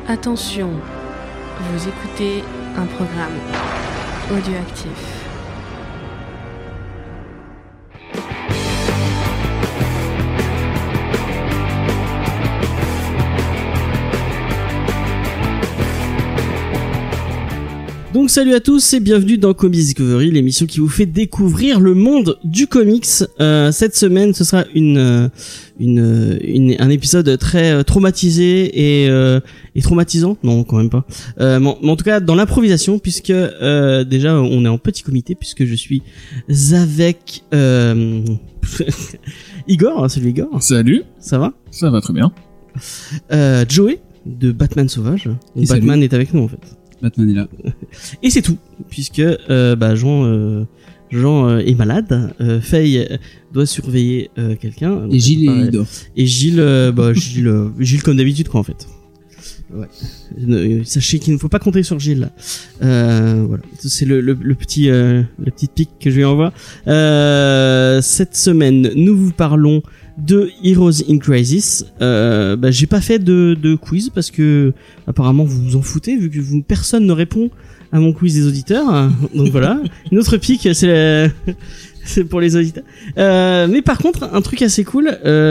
Attention, vous écoutez un programme audioactif. Donc salut à tous et bienvenue dans Comics Discovery, l'émission qui vous fait découvrir le monde du comics. Cette semaine, ce sera un épisode très traumatisé et traumatisant. Non, quand même pas. Mais en tout cas, dans l'improvisation, puisque déjà on est en petit comité, puisque je suis avec Igor. Salut Igor. Salut. Ça va ? Ça va très bien. Joey de Batman Sauvage. Donc Batman est avec nous en fait. Batman est là. Et c'est tout, puisque Jean est malade, Faye doit surveiller quelqu'un. Et Gilles il dort. Et Gilles comme d'habitude quoi en fait. Ouais. Sachez qu'il ne faut pas compter sur Gilles. Voilà, c'est le petit la petite pique que je lui envoie. Cette semaine, nous vous parlons de Heroes in Crisis. J'ai pas fait de quiz parce que apparemment vous vous en foutez vu que personne ne répond à mon quiz des auditeurs. Donc voilà, une autre pique, c'est pour les auditeurs. Mais par contre, un truc assez cool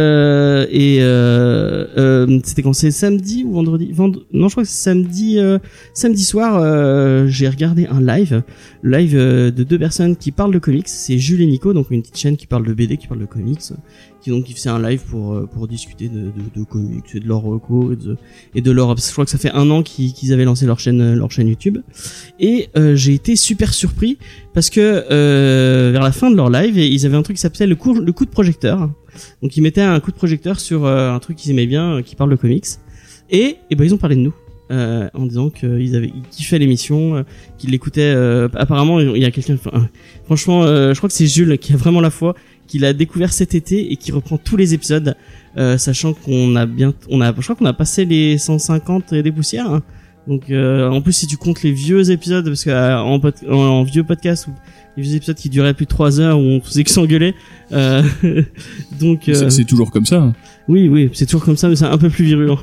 c'était quand c'est samedi ou vendredi non, je crois que c'est samedi soir, j'ai regardé un live de deux personnes qui parlent de comics, c'est Jules et Nico, donc une petite chaîne qui parle de BD, qui parle de comics, qui fait un live pour discuter de comics et de leur reco et de leur, je crois que ça fait 1 an qu'ils avaient lancé leur chaîne YouTube, et j'ai été super surpris parce que vers la fin de leur live, ils avaient un truc qui s'appelait le coup de projecteur. Donc ils mettaient un coup de projecteur sur un truc qu'ils aimaient bien, qui parle de comics, et ils ont parlé de nous. En disant qu'ils kiffaient l'émission, qu'ils l'écoutaient. Apparemment, il y a quelqu'un. Franchement, je crois que c'est Jules qui a vraiment la foi, qui l'a découvert cet été et qui reprend tous les épisodes, sachant je crois qu'on a passé les 150 et des poussières. Hein. Donc, en plus, si tu comptes les vieux épisodes, parce que en vieux podcast, les vieux épisodes qui duraient plus de 3 heures où on faisait que s'engueuler, donc c'est toujours comme ça. Hein. Oui, c'est toujours comme ça, mais c'est un peu plus virulent.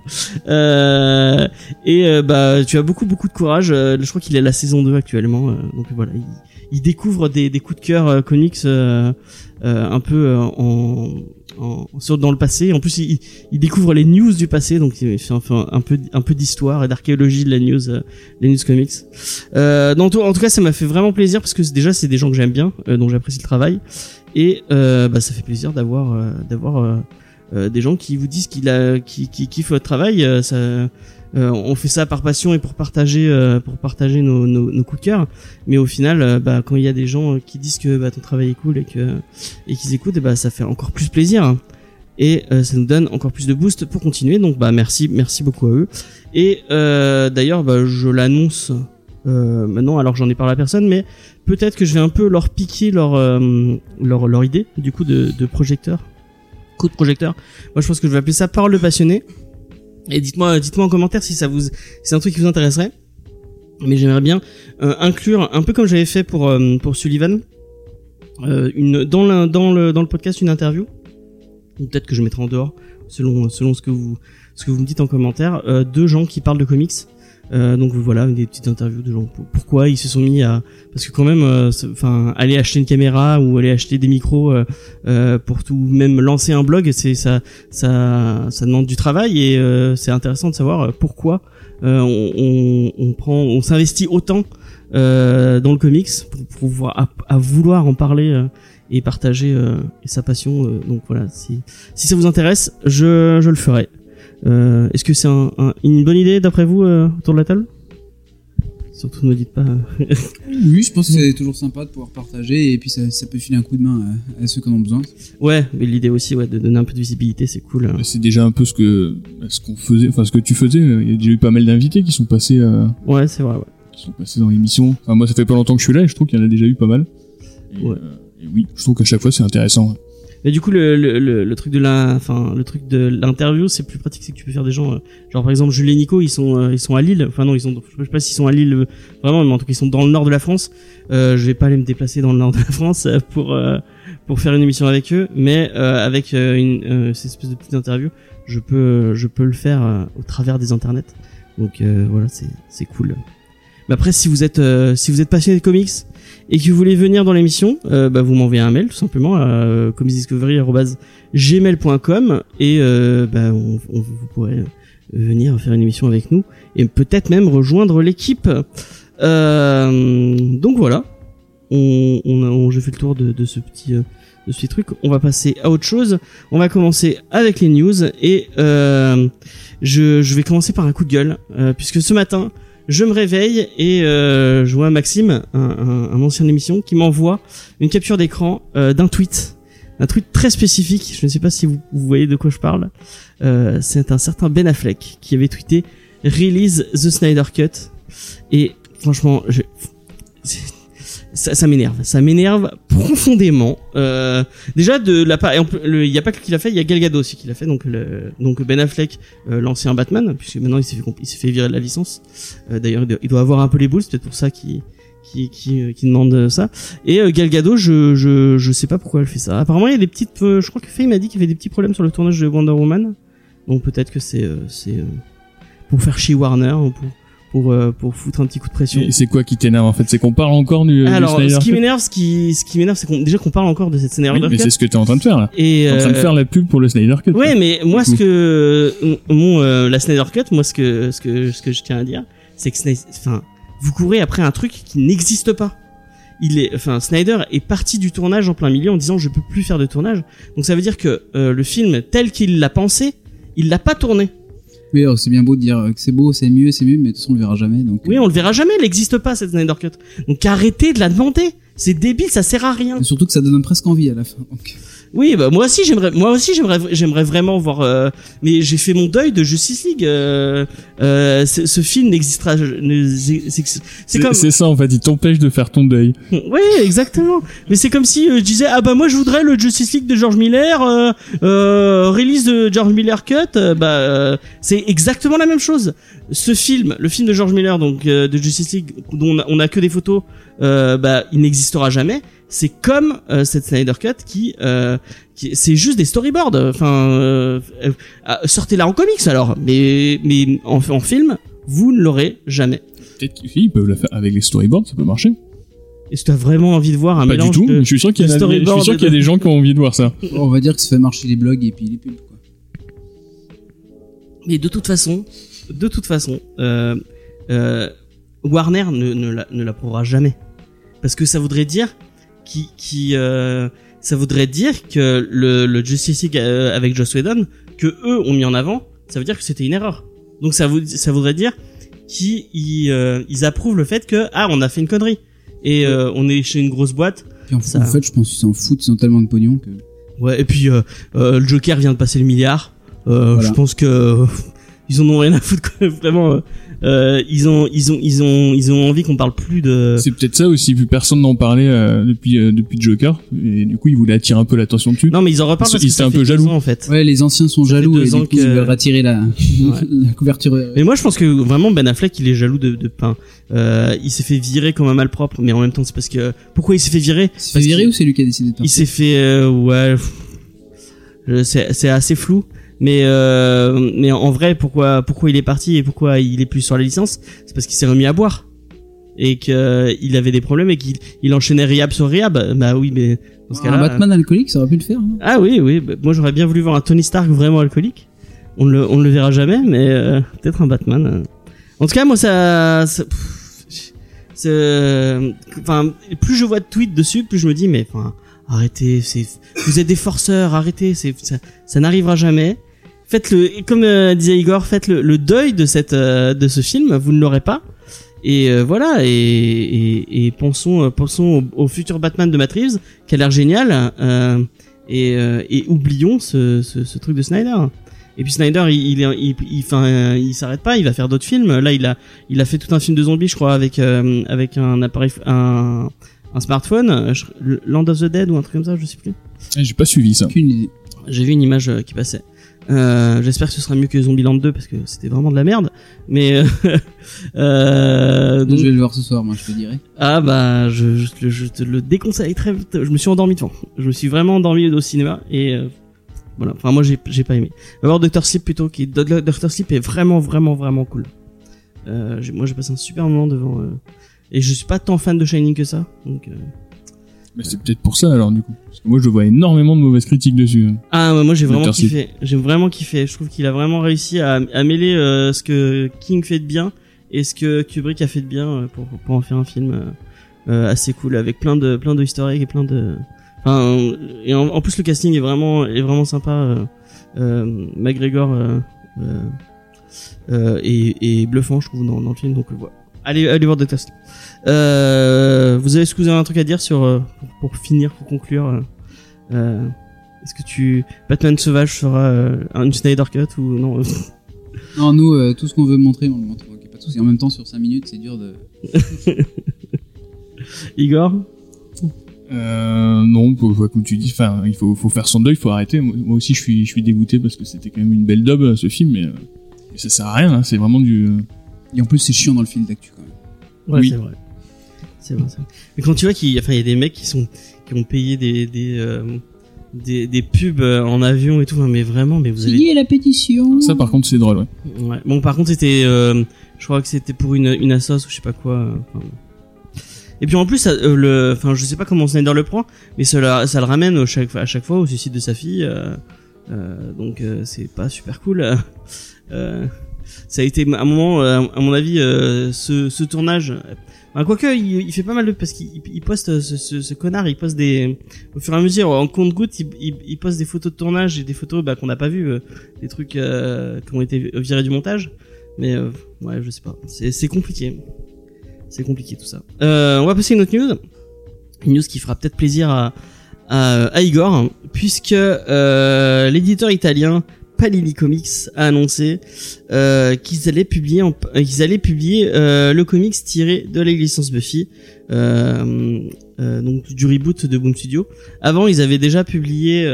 Tu as beaucoup de courage. Je crois qu'il est à la saison 2 actuellement. Donc voilà, il découvre des coups de cœur comics un peu dans le passé. En plus, il découvre les news du passé, donc il fait un peu d'histoire et d'archéologie de les news comics. En tout cas, ça m'a fait vraiment plaisir parce que déjà c'est des gens que j'aime bien, dont j'apprécie le travail, et ça fait plaisir d'avoir des gens qui vous disent qui kiffent votre travail. On fait ça par passion et pour partager nos coups de cœur, mais au final quand il y a des gens qui disent que ton travail est cool et qu'ils écoutent, ça fait encore plus plaisir et ça nous donne encore plus de boost pour continuer. Donc merci beaucoup à eux. Et d'ailleurs je l'annonce maintenant, alors j'en ai parlé à personne, mais peut-être que je vais un peu leur piquer leur idée du coup de projecteur. Coup de projecteur. Moi, je pense que je vais appeler ça Parole de passionné. Et dites-moi en commentaire si c'est un truc qui vous intéresserait. Mais j'aimerais bien inclure, un peu comme j'avais fait pour Sullivan, dans le podcast, une interview. Ou peut-être que je mettrai en dehors, selon ce que vous me dites en commentaire, 2 gens qui parlent de comics. Donc voilà, des petites interviews de gens, pourquoi ils se sont mis à, parce que quand même aller acheter une caméra ou aller acheter des micros pour tout, même lancer un blog, ça demande du travail, et c'est intéressant de savoir pourquoi on s'investit autant dans le comics pour pouvoir à vouloir en parler et partager sa passion. Donc voilà, si ça vous intéresse, je le ferai. Est-ce que c'est une bonne idée d'après vous autour de la table ? Surtout ne me dites pas. Oui, je pense que c'est toujours sympa de pouvoir partager, et puis ça peut filer un coup de main à ceux qui en ont besoin. Ouais, mais l'idée aussi, de donner un peu de visibilité, c'est cool. C'est déjà un peu ce qu'on faisait, ce que tu faisais. Il y a déjà eu pas mal d'invités qui sont passés. Ouais, c'est vrai. Ouais. Qui sont passés dans l'émission. Enfin, moi, ça fait pas longtemps que je suis là, et je trouve qu'il y en a déjà eu pas mal. Et oui, je trouve qu'à chaque fois c'est intéressant. Mais du coup, le truc de l'interview, c'est plus pratique, c'est que tu peux faire des gens, genre par exemple Jules et Nico, ils sont à Lille. Enfin non, je sais pas s'ils sont à Lille vraiment, mais en tout cas ils sont dans le nord de la France. Je vais pas aller me déplacer dans le nord de la France pour faire une émission avec eux, mais avec cette espèce de petite interview, je peux le faire au travers des internets. Donc voilà, c'est cool. Mais après, si vous êtes passionné de comics et que vous voulez venir dans l'émission, vous m'envoyez un mail tout simplement à comicsdiscovery@gmail.com et vous pourrez venir faire une émission avec nous et peut-être même rejoindre l'équipe. Donc voilà, j'ai fait le tour de ce petit truc. On va passer à autre chose. On va commencer avec les news et je vais commencer par un coup de gueule puisque ce matin je me réveille et je vois Maxime, un ancien émission, qui m'envoie une capture d'écran d'un tweet très spécifique. Je ne sais pas si vous voyez de quoi je parle. C'est un certain Ben Affleck qui avait tweeté Release the Snyder Cut et franchement ça m'énerve profondément. Déjà il y a pas que qui l'a fait, il y a Gal Gadot aussi qui l'a fait, donc Ben Affleck, l'ancien Batman, puisque maintenant il s'est fait virer de la licence. D'ailleurs il doit avoir un peu les boules, c'est peut-être pour ça qu'il demande ça. Et Gal Gadot, je sais pas pourquoi elle fait ça. Apparemment il y a des petites, je crois que Faye m'a dit qu'il y avait des petits problèmes sur le tournage de Wonder Woman, donc peut-être que c'est pour faire chier Warner ou pour foutre un petit coup de pression. Et c'est quoi qui t'énerve en fait? C'est qu'on parle encore du Snyder Cut. Ce qui m'énerve, c'est qu'on parle encore de cette Snyder Cut. Mais c'est ce que t'es en train de faire là. Et en train de faire la pub pour le Snyder Cut. Ouais, mais moi la Snyder Cut, moi ce que je tiens à dire, c'est que vous courez après un truc qui n'existe pas. Snyder est parti du tournage en plein milieu en disant je peux plus faire de tournage. Donc ça veut dire que le film tel qu'il l'a pensé, il l'a pas tourné. Oui, alors c'est bien beau de dire que c'est beau, c'est mieux, mais de toute façon on le verra jamais. Donc oui, on le verra jamais, elle n'existe pas cette Snyder Cut. Donc arrêtez de la demander, c'est débile, ça sert à rien. Et surtout que ça donne presque envie à la fin. Donc. Oui, moi aussi j'aimerais vraiment voir. Mais j'ai fait mon deuil de Justice League. Ce film n'existera. C'est ça en fait, il t'empêche de faire ton deuil. Oui, exactement. Mais c'est comme si je disais moi je voudrais le Justice League de George Miller, release de George Miller Cut. C'est exactement la même chose. Le film de George Miller, donc de Justice League, dont on a que des photos, il n'existera jamais. C'est comme cette Snyder Cut qui c'est juste des storyboards. Sortez-la en comics alors, mais en film, vous ne l'aurez jamais. Peut-être qu'ils peuvent la faire avec les storyboards, ça peut marcher. Est-ce que tu as vraiment envie de voir un pas mélange du tout, de, mais je suis sûr qu'il y a des gens qui ont envie de voir ça. On va dire que ça fait marcher les blogs et puis les pubs, quoi. Mais de toute façon, Warner ne l'approuvera jamais. Parce que ça voudrait dire ça voudrait dire que le Justice League avec Joss Whedon que eux ont mis en avant, ça veut dire que c'était une erreur. Donc ça voudrait dire qu'ils approuvent le fait que on a fait une connerie et on est chez une grosse boîte. Puis en fait, je pense qu'ils s'en foutent, ils ont tellement de pognon que. Ouais, et puis le Joker vient de passer le milliard. Voilà. Je pense que ils en ont rien à foutre quoi, vraiment. Ils ont envie qu'on parle plus de. C'est peut-être ça aussi, vu personne n'en parlait depuis Joker, et du coup ils voulaient attirer un peu l'attention dessus. Non mais ils en reparlent parce qu'ils étaient un peu jaloux en fait. Ouais, les anciens sont jaloux et du coup ils veulent retirer la couverture. Mais moi je pense que vraiment Ben Affleck il est jaloux de pain. Il s'est fait virer comme un malpropre, mais en même temps c'est parce que pourquoi il s'est fait virer? Il s'est fait virer ou c'est lui qui a décidé de partir? Il s'est fait c'est assez flou. Mais en vrai, pourquoi il est parti et pourquoi il est plus sur la licence, c'est parce qu'il s'est remis à boire et qu'il avait des problèmes et qu'il enchaînait rehab sur rehab. Bah oui, mais dans ce cas-là, un Batman alcoolique, ça aurait pu le faire. Hein. Ah oui, moi j'aurais bien voulu voir un Tony Stark vraiment alcoolique. On ne le verra jamais, mais peut-être un Batman. En tout cas, moi plus je vois de tweets dessus, plus je me dis mais arrêtez, vous êtes des forceurs, arrêtez, ça n'arrivera jamais. Faites comme disait Igor, faites le deuil de ce film, vous ne l'aurez pas. Et voilà, et pensons au futur Batman de Matt Reeves, qui a l'air génial, et oublions ce truc de Snyder. Et puis Snyder, il s'arrête pas, il va faire d'autres films. Là, il a fait tout un film de zombies, je crois, avec un appareil, un smartphone, Land of the Dead ou un truc comme ça, je sais plus. J'ai pas suivi ça. Aucune idée. J'ai vu une image qui passait. J'espère que ce sera mieux que Zombieland 2 parce que c'était vraiment de la merde. Mais donc... je vais le voir ce soir, moi je te dirai. Ah bah je te le déconseille très vite. Je me suis endormi devant. Je me suis vraiment endormi au cinéma et voilà. Enfin moi j'ai pas aimé. On va voir Dr Sleep plutôt. Dr Sleep est vraiment cool. Moi, j'ai passé un super moment devant. Et je suis pas tant fan de Shining que ça. Donc. Mais c'est peut-être pour ça alors du coup. Parce que moi, je vois énormément de mauvaises critiques dessus. Ah, moi, j'ai vraiment Intercept. kiffé. J'ai vraiment kiffé. Je trouve qu'il a vraiment réussi à mêler ce que King fait de bien et ce que Kubrick a fait de bien pour en faire un film assez cool avec plein de easter eggs et plein de. Enfin, et en plus le casting est vraiment sympa. McGregor est bluffant, je trouve, dans le film. Donc voilà. Allez voir The Test. Vous avez un truc à dire sur pour conclure. Est-ce que Batman Sauvage sera une Snyder Cut ou non? Non, nous, tout ce qu'on veut montrer, on le montre. Ok, pas de soucis. En même temps, sur 5 minutes, c'est dur de. Igor? Non, comme tu dis, enfin, il faut faire son deuil, il faut arrêter. Moi aussi, je suis dégoûté parce que c'était quand même une belle daube ce film, mais ça sert à rien. Hein, c'est vraiment du. Et en plus, c'est chiant dans le fil d'actu quand même. Ouais, Oui. C'est vrai. Mais quand tu vois qu'il y a des mecs qui ont payé des pubs en avion et tout, mais vraiment, mais vous avez. Signé la pétition. Ça, par contre, c'est drôle, ouais. Ouais. Bon, par contre, c'était, je crois que c'était pour une assoce ou je sais pas quoi. Et puis en plus, je sais pas comment Snyder le prend, mais ça le ramène à chaque fois au suicide de sa fille. Donc c'est pas super cool. Ça a été un moment, à mon avis, ce tournage. Quoique, il fait pas mal parce qu'il poste ce connard, il poste au fur et à mesure, en compte-gouttes, il poste des photos de tournage et des photos qu'on n'a pas vues, des trucs qui ont été virés du montage. Mais ouais, je sais pas, c'est compliqué. C'est compliqué tout ça. On va passer à une autre news. Une news qui fera peut-être plaisir à Igor, puisque l'éditeur italien Panini Comics a annoncé qu'ils allaient publier le comics tiré de la licence Buffy, donc du reboot de Boom Studio. Avant, ils avaient déjà publié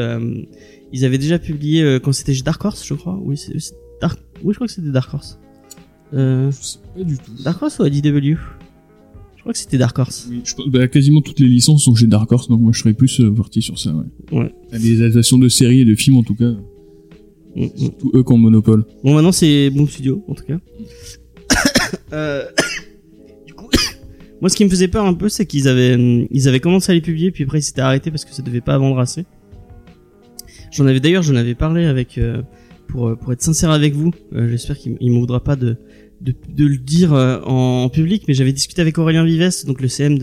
quand c'était chez Dark Horse, je crois. Oui, je crois que c'était Dark Horse. Je sais pas du tout. Dark Horse ou IDW? Je crois que c'était Dark Horse. Oui, quasiment toutes les licences sont chez Dark Horse, donc moi je serais plus parti sur ça, ouais. Les adaptations de séries et de films en tout cas. Surtout eux qui ont le monopole. Bon, maintenant c'est Boom Studio, en tout cas. Du coup, moi ce qui me faisait peur un peu, c'est qu'ils avaient commencé à les publier, puis après ils s'étaient arrêtés parce que ça devait pas vendre assez. J'en avais parlé avec, pour être sincère avec vous, j'espère qu'il m'en voudra pas de le dire en public, mais j'avais discuté avec Aurélien Vives, donc le CM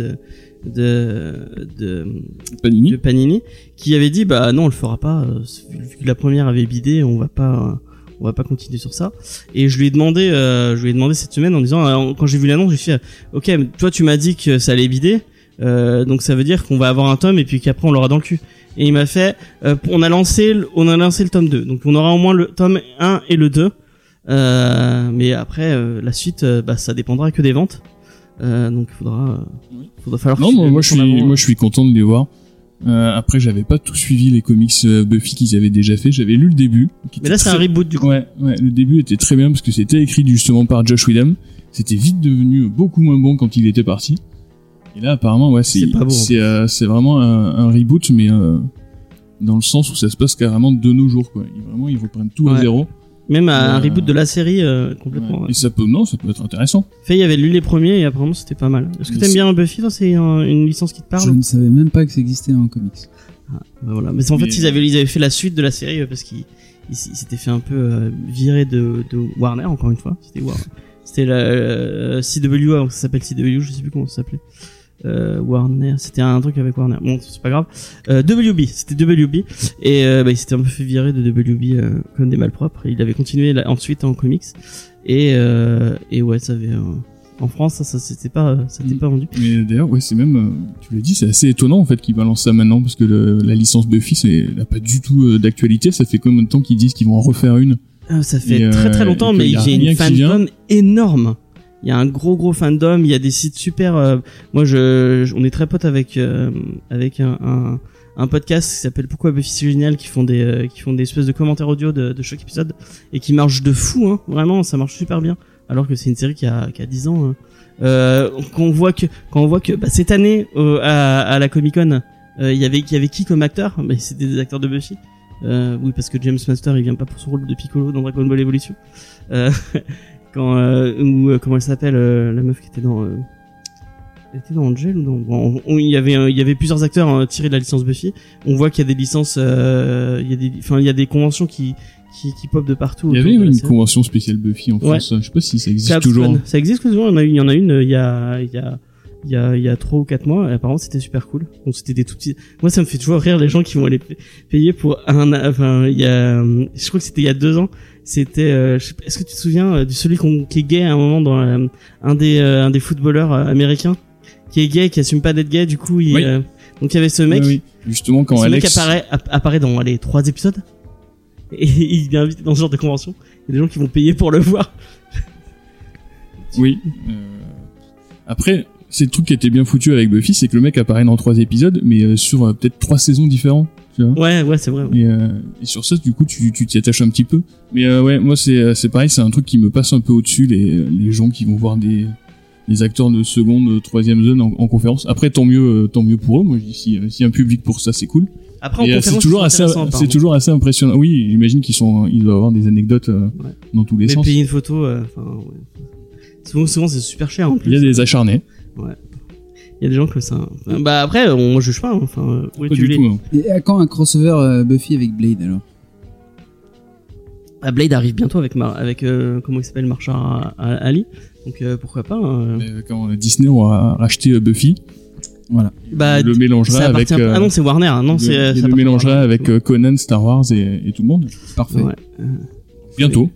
de Panini, qui avait dit non, on le fera pas, vu que la première avait bidé, on va pas continuer sur ça. Et je lui ai demandé cette semaine en disant, quand j'ai vu l'annonce, j'ai fait ok, toi tu m'as dit que ça allait bider, donc ça veut dire qu'on va avoir un tome et puis qu'après on l'aura dans le cul. Et il m'a fait on a lancé le tome 2, donc on aura au moins le tome 1 et le 2. Mais après la suite ça dépendra que des ventes, donc faudra falloir. Non, moi je suis content de les voir. Après j'avais pas tout suivi les comics Buffy qu'ils avaient déjà fait, j'avais lu le début. Mais là c'est un reboot du coup. Ouais, le début était très bien parce que c'était écrit justement par Josh Whedon. C'était vite devenu beaucoup moins bon quand il était parti. Et là apparemment c'est vraiment un reboot, mais dans le sens où ça se passe carrément de nos jours quoi. Ils reprennent tout à zéro. Même un reboot de la série complètement. Ouais. Et ça peut être intéressant. Faye avait lu les premiers et apparemment c'était pas mal. Est-ce que t'aimes bien Buffy? C'est une licence qui te parle? Je ne savais même pas que ça existait en comics. Voilà. Mais en fait ils avaient fait la suite de la série parce qu'ils s'étaient fait un peu virer de Warner encore une fois. C'était la CW avant que ça s'appelle CW, je sais plus comment ça s'appelait. Warner, c'était un truc avec Warner. Bon, c'est pas grave. C'était WB et il s'était un peu fait virer de WB comme des malpropres. Il avait continué ensuite en comics et ouais, ça avait en France ça s'était pas vendu. Mais d'ailleurs, ouais, c'est même tu l'as dit, c'est assez étonnant en fait qu'ils balancent ça maintenant parce que la licence Buffy n'a pas du tout d'actualité. Ça fait combien de temps qu'ils disent qu'ils vont en refaire une? Ça fait très très longtemps, mais il y a une fandom énorme. Il y a un gros fandom, il y a des sites super. Moi, on est très potes avec un podcast qui s'appelle Pourquoi Buffy c'est génial, qui font des espèces de commentaires audio de chaque épisode et qui marchent de fou, hein. Vraiment, ça marche super bien. Alors que c'est une série qui a 10 ans. Quand on voit que cette année à la Comic-Con, il y avait qui comme acteur? Mais c'était des acteurs de Buffy. Oui, parce que James Master il vient pas pour son rôle de Piccolo dans Dragon Ball Evolution. quand comment elle s'appelle la meuf qui était dans elle était dans Angel ou dans il y avait plusieurs acteurs tirés de la licence Buffy. On voit qu'il y a des licences il y a des conventions qui pop de partout. Il y avait une convention spéciale Buffy en France. Je sais pas si ça existe toujours. Ça existe toujours. Il y en a une il y a 3 ou 4 mois, et apparemment c'était super cool. Donc c'était des tout petits. Moi ça me fait toujours rire les gens qui vont aller payer pour je crois que c'était il y a 2 ans. C'était est-ce que tu te souviens de celui qui est gay à un moment dans un des footballeurs américains qui est gay, qui assume pas d'être gay, du coup donc il y avait ce mec. Oui. Justement quand Alex mec apparaît dans les 3 épisodes et il est invité dans ce genre de convention. Il y a des gens qui vont payer pour le voir. Oui. Après c'est le truc qui était bien foutu avec Buffy, c'est que le mec apparaît dans 3 épisodes, mais sur peut-être 3 saisons différentes, tu vois. Ouais, c'est vrai. Et sur ça, du coup, tu t'y attaches un petit peu. Mais moi, c'est pareil, c'est un truc qui me passe un peu au-dessus, les gens qui vont voir des acteurs de seconde, troisième zone en conférence. Après, tant mieux pour eux. Moi, je dis, si y a un public pour ça, c'est cool. Après, en conférence, c'est toujours assez impressionnant. Oui, j'imagine ils doivent avoir des anecdotes dans tous les sens. Mais payer une photo, souvent c'est super cher en plus. Il y a des acharnés. Ouais. Il y a des gens comme ça. Bah après, on juge pas. Pas du tout. Hein. Et à quand un crossover Buffy avec Blade alors? Blade arrive bientôt avec comment il s'appelle, Marsha Ali. Donc pourquoi pas. Quand Disney aura racheté Buffy, voilà. Le mélangera avec. Ah non, c'est Warner. Non, le mélangera avec Conan, Star Wars et tout le monde. Parfait. Ouais. Bientôt.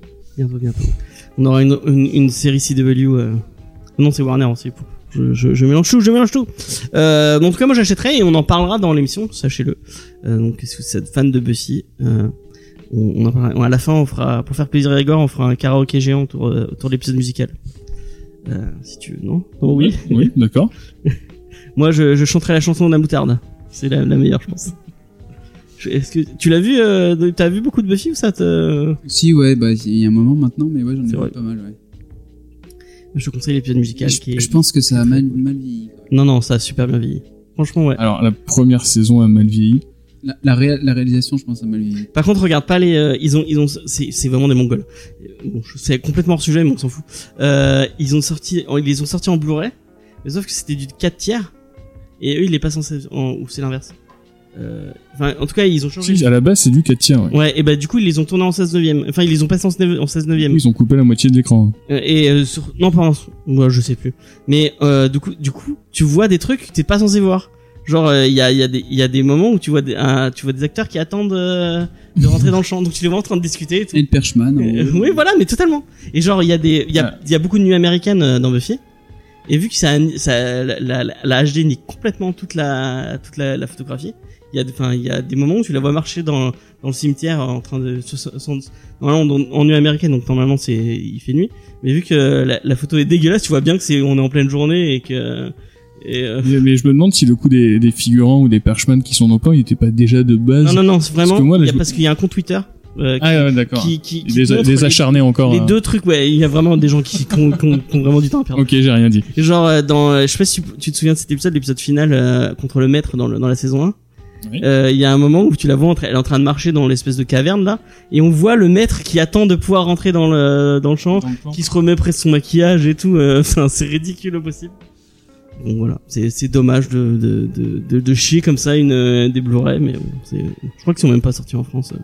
On aura une série CW. Non, c'est Warner aussi. Je mélange tout. En tout cas, moi j'achèterai et on en parlera dans l'émission, sachez-le. Donc, si vous êtes fan de Buffy, on en parlera. À la fin, on fera, pour faire plaisir à Igor, on fera un karaoké géant autour de l'épisode musical. Si tu veux, non? Oh, oui. Oui, d'accord. Moi, je chanterai la chanson de la moutarde. C'est la meilleure, je pense. Est-ce que tu l'as vu? T'as vu beaucoup de Buffy ou ça te? Si, ouais, il y a un moment maintenant, mais ouais, j'en ai vu pas mal, ouais. Je te conseille l'épisode musical je pense que ça a mal vieilli. Non, ça a super bien vieilli. Franchement, ouais. Alors, la première saison a mal vieilli. La réalisation, je pense, a mal vieilli. Par contre, regarde pas c'est vraiment des Mongols. Bon, c'est complètement hors sujet, mais on s'en fout. Ils les ont sortis en Blu-ray, mais sauf que c'était du 4/3, et eux, ils les passent ou c'est l'inverse. En tout cas, ils ont changé. Si, à la base, c'est du 4/3, ouais. Ouais, et du coup, ils les ont tournés en 16/9. Enfin, ils les ont passés en 16/9. Ils ont coupé la moitié de l'écran. Non, pas moi, je sais plus. Mais, du coup, tu vois des trucs que t'es pas censé voir. Genre, il y a des moments où tu vois des acteurs qui attendent, de rentrer dans le champ. Donc, tu les vois en train de discuter et tout. Et le Perchman. Oui, voilà, mais totalement. Et genre, il y a beaucoup de nuits américaines dans Buffy. Et vu que la HD nique complètement toute la photographie. Il y a des moments où tu la vois marcher dans le cimetière en train de normalement en nuit américaine, donc normalement il fait nuit, mais vu que la photo est dégueulasse, tu vois bien que on est en pleine journée et que mais je me demande si le coup des figurants ou des perchman qui sont dans le plan, il était pas déjà de base. Non, c'est vraiment parce qu'il y a un compte Twitter d'accord. qui les acharnés encore. Les deux trucs, ouais, il y a vraiment des gens qui ont vraiment du temps à perdre. OK, j'ai rien dit. Genre je sais pas si tu te souviens de cet épisode, l'épisode final contre le maître dans la saison 1. Oui. Y a un moment où tu la vois elle est en train de marcher dans l'espèce de caverne là, et on voit le maître qui attend de pouvoir rentrer dans le champ, qui se remet près de son maquillage et tout. C'est ridicule au possible. Donc voilà, c'est dommage de chier comme ça des Blu-ray, mais bon, je crois qu'ils sont même pas sortis en France.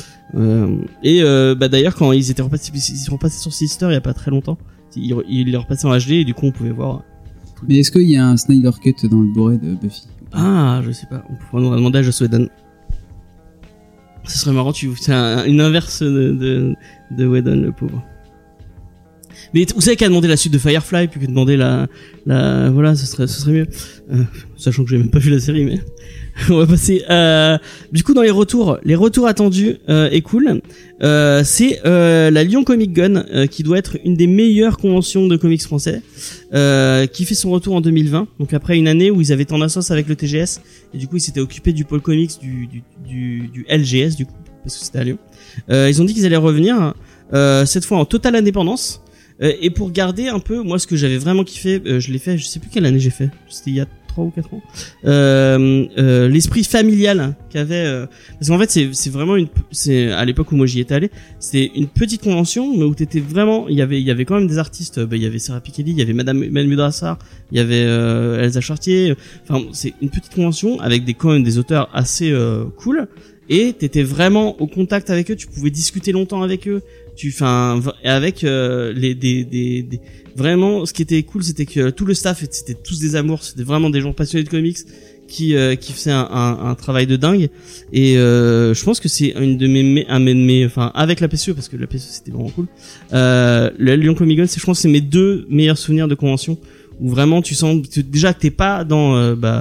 D'ailleurs, quand ils sont repassés sur Sister il y a pas très longtemps, ils les repassaient en HD et du coup on pouvait voir. Mais est-ce qu'il y a un Snyder Cut dans le Blu-ray de Buffy? Ah, je sais pas. On pourrait nous demander à Joss Whedon. Ce serait marrant, c'est une inverse de Whedon, le pauvre. Mais vous savez qu'à demander la suite de Firefly, puis que demander voilà, ce serait mieux. Sachant que j'ai même pas vu la série, mais on va passer. Du coup, dans les retours attendus et cool, c'est la Lyon Comic Con qui doit être une des meilleures conventions de comics français, qui fait son retour en 2020. Donc après une année où ils avaient tant d'assos avec le TGS, et du coup ils s'étaient occupés du pôle comics du LGS du coup, parce que c'était à Lyon. Ils ont dit qu'ils allaient revenir cette fois en totale indépendance. Et pour garder un peu, moi ce que j'avais vraiment kiffé, je l'ai fait, je sais plus quelle année j'ai fait, c'était il y a 3 ou 4 ans. L'esprit familial qu'avait parce qu'en fait c'est vraiment c'est à l'époque où moi j'y étais allé, c'était une petite convention mais où t'étais vraiment il y avait quand même des artistes, il y avait Sarah Pikeli, il y avait Madame Mudrassar, il y avait Elsa Chartier, enfin c'est une petite convention avec quand même des auteurs assez cool et t'étais vraiment au contact avec eux, tu pouvais discuter longtemps avec eux, avec vraiment ce qui était cool c'était que tout le staff c'était tous des amours, c'était vraiment des gens passionnés de comics qui faisaient un travail de dingue et je pense que c'est une de mes enfin avec la PCE parce que la PCE c'était vraiment cool, le Lyon Comic Con je pense que c'est mes 2 meilleurs souvenirs de convention où vraiment tu sens déjà que t'es pas dans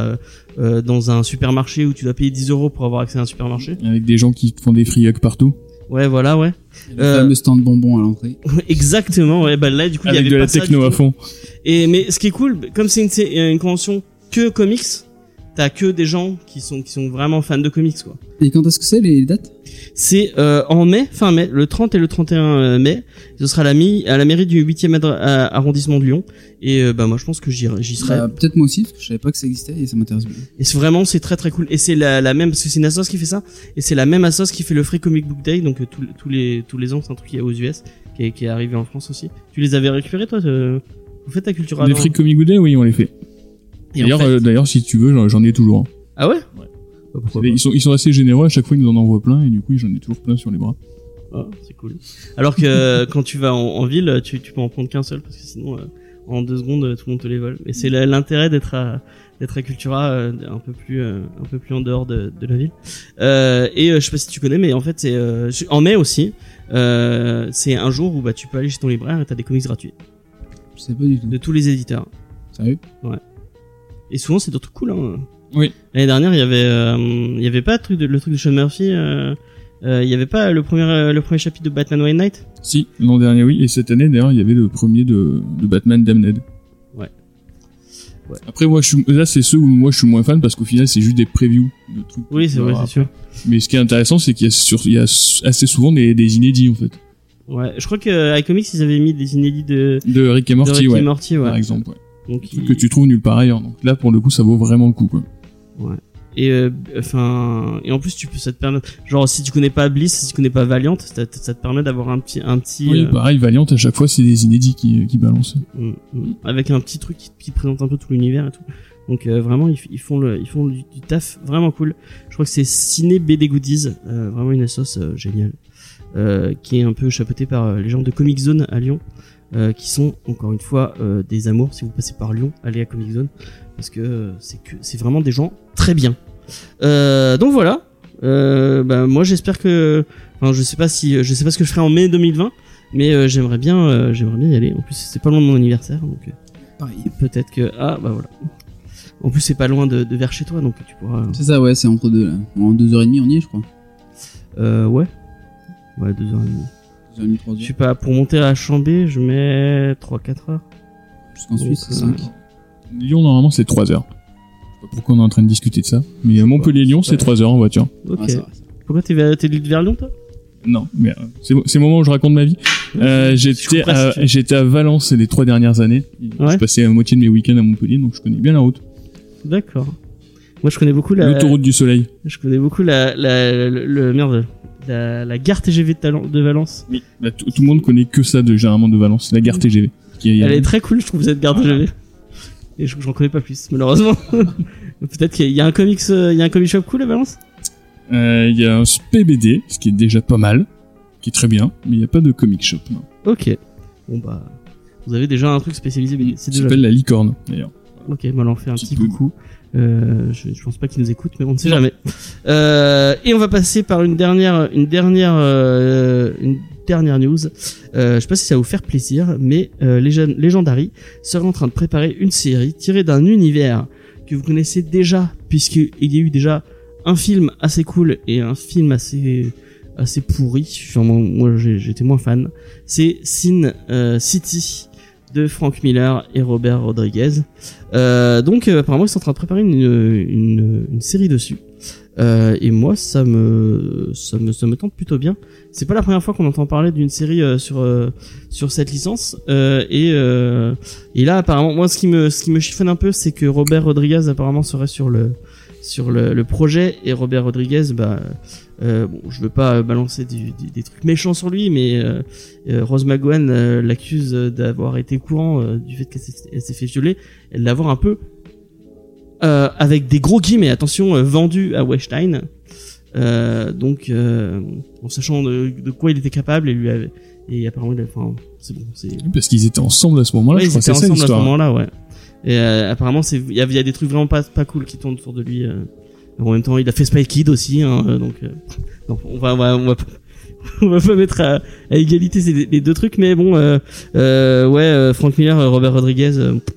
un supermarché où tu dois payer 10 € pour avoir accès à un supermarché avec des gens qui font des free hugs partout. Ouais, voilà, ouais. Le fameux stand bonbons à l'entrée. Exactement, ouais, bah là, du coup, il y avait de pas la ça techno à fond. Mais ce qui est cool, comme c'est une convention que comics, t'as que des gens qui sont vraiment fans de comics, quoi. Et quand est-ce que c'est les dates? C'est en mai, fin mai, le 30 et le 31 mai. Ce sera à la mairie du 8e arrondissement de Lyon. Et moi je pense que j'y serai. Peut-être moi aussi parce que je savais pas que ça existait et ça m'intéresse bien. Et c'est très très cool. Et c'est la même parce que c'est une assoce qui fait ça. Et c'est la même assoce qui fait le Free Comic Book Day. Donc tous les ans c'est un truc qui est aux US, qui est arrivé en France aussi. Tu les avais récupérés toi? Vous faites ta culture? Les Free Comic Book Day, oui, on les fait. D'ailleurs, si tu veux, j'en ai toujours. Ah ouais? Ils sont assez généreux, à chaque fois ils nous en envoient plein et du coup j'en ai toujours plein sur les bras. Ah, c'est cool. Alors que quand tu vas en ville, tu peux en prendre qu'un seul parce que sinon en 2 secondes tout le monde te les vole. Mais c'est l'intérêt d'être à Cultura un peu plus en dehors de la ville. Et je sais pas si tu connais mais en fait c'est en mai aussi. C'est un jour où tu peux aller chez ton libraire et t'as des comics gratuits. Je sais pas du tout. De tous les éditeurs. Sérieux? Ouais. Et souvent c'est des trucs cool hein. Oui. L'année dernière, il y avait pas le truc de Sean Murphy, il y avait pas le premier chapitre de Batman White Knight? Si, l'an dernier oui, et cette année d'ailleurs, il y avait le premier de Batman Damned. Ouais. Après moi c'est ceux où moi je suis moins fan parce qu'au final c'est juste des previews de trucs. Oui, c'est vrai, c'est sûr. Mais ce qui est intéressant c'est qu'il y a assez souvent des inédits en fait. Ouais, je crois que iComics ils avaient mis des inédits de Rick et Morty, ouais. Par exemple, ouais. Donc que tu trouves nulle part ailleurs. Donc là pour le coup ça vaut vraiment le coup quoi. Ouais. Et en plus ça te permet, genre si tu connais pas Bliss, si tu connais pas Valiant, ça te permet d'avoir un petit oui, pareil, Valiant à chaque fois c'est des inédits qui balancent. Avec un petit truc qui présente un peu tout l'univers et tout. Donc vraiment ils font du taf vraiment cool. Je crois que c'est Ciné BD Goodies, vraiment une assoce géniale, qui est un peu chapeautée par les gens de Comic Zone à Lyon, qui sont encore une fois des amours. Si vous passez par Lyon, allez à Comic Zone parce que c'est vraiment des gens très bien. Donc voilà. Moi j'espère que, enfin je sais pas ce que je ferai en mai 2020, mais j'aimerais bien y aller. En plus c'est pas loin de mon anniversaire, donc pareil. Peut-être que voilà. En plus c'est pas loin de vers chez toi, donc tu pourras. C'est ça, ouais, c'est entre deux là. En 2h30 on y est, je crois. Ouais 2h30. 2h30, 3h. Je sais pas, pour monter à Chambé, je mets 3-4 heures. Jusqu'en Suisse, c'est 5. Lyon, normalement, c'est 3 heures. Je sais pas pourquoi on est en train de discuter de ça. Mais Montpellier-Lyon, c'est 3 heures en voiture. Ok. Ah, pourquoi t'es vers Lyon, toi? Non, mais c'est le moment où je raconte ma vie. J'étais à Valence les 3 dernières années. Ouais. Je passais la moitié de mes week-ends à Montpellier, donc je connais bien la route. D'accord. Moi, je connais beaucoup l'autoroute du soleil. Je connais beaucoup la gare TGV de Valence. Oui. Bah, tout le monde connaît que ça généralement de Valence, la gare TGV. Elle est très cool, je trouve, cette gare TGV. Et j'en connais pas plus, malheureusement. Peut-être qu'il y a un comic shop cool à Valence. Il y a un PBD, ce qui est déjà pas mal, qui est très bien, mais il n'y a pas de comic shop, non. Ok. Bon vous avez déjà un truc spécialisé BD. Ça s'appelle la Licorne, d'ailleurs. Ok, on fait un petit coucou. Je pense pas qu'ils nous écoutent, mais on ne sait jamais. Et on va passer par une dernière news. Je sais pas si ça va vous faire plaisir, mais Legendary serait en train de préparer une série tirée d'un univers que vous connaissez déjà, puisqu'il y a eu déjà un film assez cool et un film assez pourri. Enfin, moi j'étais moins fan. C'est Sin City de Frank Miller et Robert Rodriguez. Donc apparemment ils sont en train de préparer une série dessus. Et moi, ça me tente plutôt bien. C'est pas la première fois qu'on entend parler d'une série sur cette licence. Et là, apparemment, moi, ce qui me chiffonne un peu, c'est que Robert Rodriguez apparemment serait sur le projet. Et Robert Rodriguez, bon, je veux pas balancer des trucs méchants sur lui, mais Rose McGowan l'accuse d'avoir été au courant du fait qu'elle s'est fait violer, et de l'avoir un peu avec des gros guillemets, attention, vendu à Weinstein, donc en sachant de quoi il était capable, et apparemment c'est bon, parce qu'ils étaient ensemble à ce moment-là. Ouais, je crois, ils étaient c'est ensemble ça, à ce moment-là, ouais. Et apparemment il y a des trucs vraiment pas cool qui tournent autour de lui. En même temps, il a fait Spy Kid aussi, hein, donc on va pas mettre à égalité les deux trucs, mais bon, Frank Miller, Robert Rodriguez,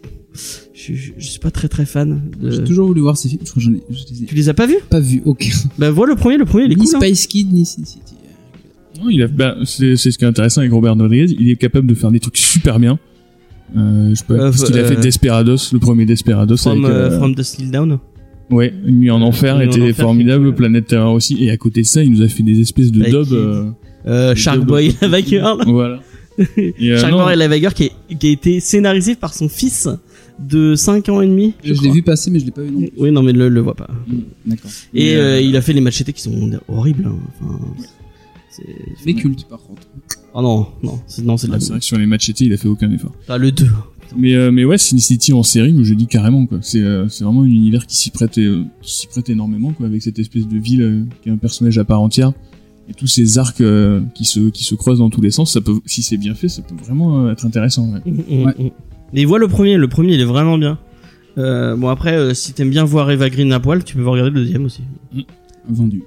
je suis pas très fan de... J'ai toujours voulu voir ces films, je crois que Tu les as pas vus? Pas vus, aucun. Bah vois le premier il est ni cool. Spice Kid, ni Sin City. Non, c'est ce qui est intéressant avec Robert Rodriguez, il est capable de faire des trucs super bien. Je sais pas, parce qu'il a fait Desperados, le premier Desperados From the Still Down. Ouais, Une nuit en enfer était formidable, Planète Terror aussi, et à côté de ça, il nous a fait des espèces de dub. Shark Boy Lava Girl. Voilà. Shark Boy Lava Girl qui a été scénarisé par son fils de 5 ans et demi. Je l'ai vu passer, mais je l'ai pas vu non plus. Oui, non, mais le vois pas. D'accord. Et il a fait les Machetes qui sont horribles. Hein. Enfin, mais culte par contre. Oh non, c'est de la. C'est vrai que sur les Machetes, il a fait aucun effort. Ah, le 2. Mais ouais, Sin City en série, je dis carrément quoi. C'est vraiment un univers qui s'y prête énormément quoi, avec cette espèce de ville qui est un personnage à part entière et tous ces arcs qui se croisent dans tous les sens. Ça peut, si c'est bien fait, ça peut vraiment être intéressant. Ouais. Ouais. Mais vois le premier il est vraiment bien. Bon après, si t'aimes bien voir Eva Green à poil, tu peux regarder le deuxième aussi. Vendu.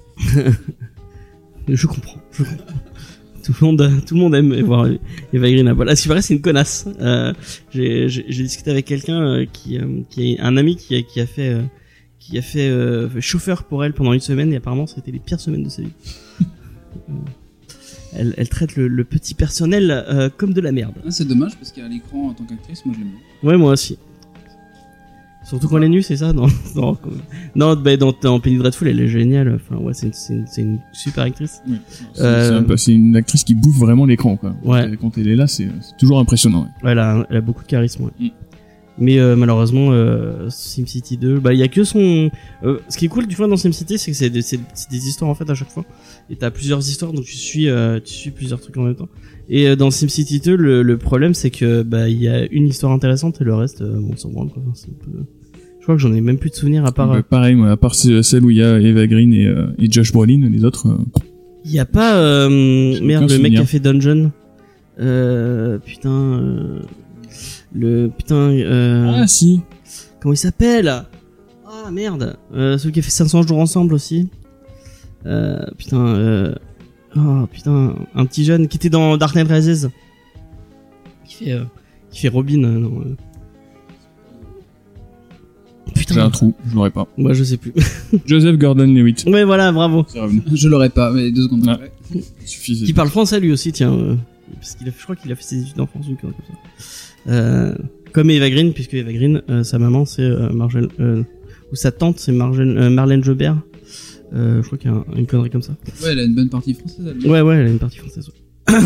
Je comprends. Tout le monde aime voir Eva Green à poil. Ah, ce qui paraît, c'est une connasse. J'ai discuté avec quelqu'un qui est un ami qui a fait chauffeur pour elle pendant une semaine, et apparemment c'était les pires semaines de sa vie. Elle traite le petit personnel comme de la merde. Ah, c'est dommage parce qu'à l'écran en tant qu'actrice, moi je l'aime bien. Ouais, moi aussi. Surtout quand elle est nue, c'est ça? Dans Penny Dreadful, elle est géniale. Enfin, ouais, c'est une super actrice. Oui. C'est une actrice qui bouffe vraiment l'écran, quoi. Ouais. Quand elle est là, c'est toujours impressionnant. Ouais. Elle a beaucoup de charisme, ouais. Mais malheureusement, SimCity 2, il y a que son. Ce qui est cool du coup dans SimCity, c'est que c'est des histoires en fait à chaque fois. Et t'as plusieurs histoires, donc tu suis plusieurs trucs en même temps. Et dans SimCity 2, le problème c'est que il y a une histoire intéressante et le reste, on s'en branle quoi. C'est un peu... Je crois que j'en ai même plus de souvenirs à part. Pareil, moi, à part celle où il y a Eva Green et Josh Brolin, les autres. Il y a pas le mec qui a fait Dungeon. Ah si. Comment il s'appelle? Ah merde. Celui qui a fait 500 jours ensemble aussi. Un petit jeune qui était dans Dark Knight Rises. Qui fait Robin. J'ai un trou, je l'aurais pas. Moi je sais plus. Joseph Gordon-Levitt. Ouais voilà, bravo. Je l'aurais pas, mais 2 secondes après. Qui parle français lui aussi, tiens. Parce je crois qu'il a fait ses études en France ou quelque chose comme ça. Comme Eva Green, puisque Eva Green, sa maman c'est Marjolaine, ou sa tante c'est Marlène Jobert. Je crois qu'il y a une connerie comme ça. Ouais, elle a une bonne partie française. Ouais, elle a une partie française. Ouais.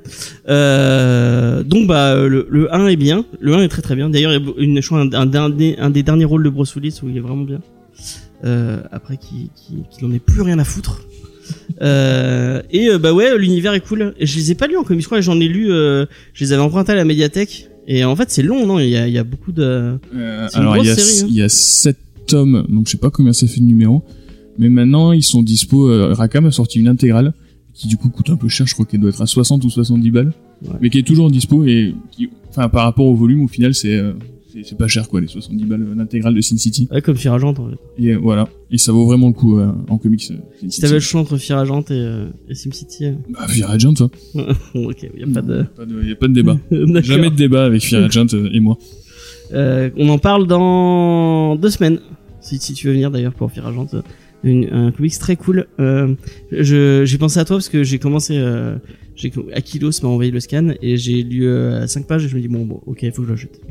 Donc le 1 est bien, le 1 est très très bien. D'ailleurs, il y a un des derniers rôles de Bruce Willis où il est vraiment bien. Après qu'il en ait plus rien à foutre. L'univers est cool. Et je les ai pas lus en comics, je crois que j'en ai lu, je les avais empruntés à la médiathèque. Et en fait, c'est long, non? Il y a beaucoup de... alors, il y a 7 tomes, donc je sais pas combien ça fait de numéros. Mais maintenant, ils sont dispo, Rackham a sorti une intégrale, qui du coup coûte un peu cher, je crois qu'elle doit être à 60 ou 70 balles. Ouais. Mais qui est toujours dispo et par rapport au volume, au final, c'est pas cher, quoi, les 70 balles l'intégrale de Sin City. Ouais, comme Fear Agent, en fait. Et voilà. Et ça vaut vraiment le coup, en comics. Si t'avais le choix entre Fear Agent et SimCity. Fear Agent, toi. Ok, y a pas de débat. Jamais de débat avec Fear Agent et moi. On en parle dans 2 semaines. Si tu veux venir d'ailleurs pour Fear Agent. Un comics très cool. J'ai pensé à toi parce que j'ai commencé, Akilos m'a envoyé le scan et j'ai lu 5 pages et je me dis ok, il faut que je l'achète.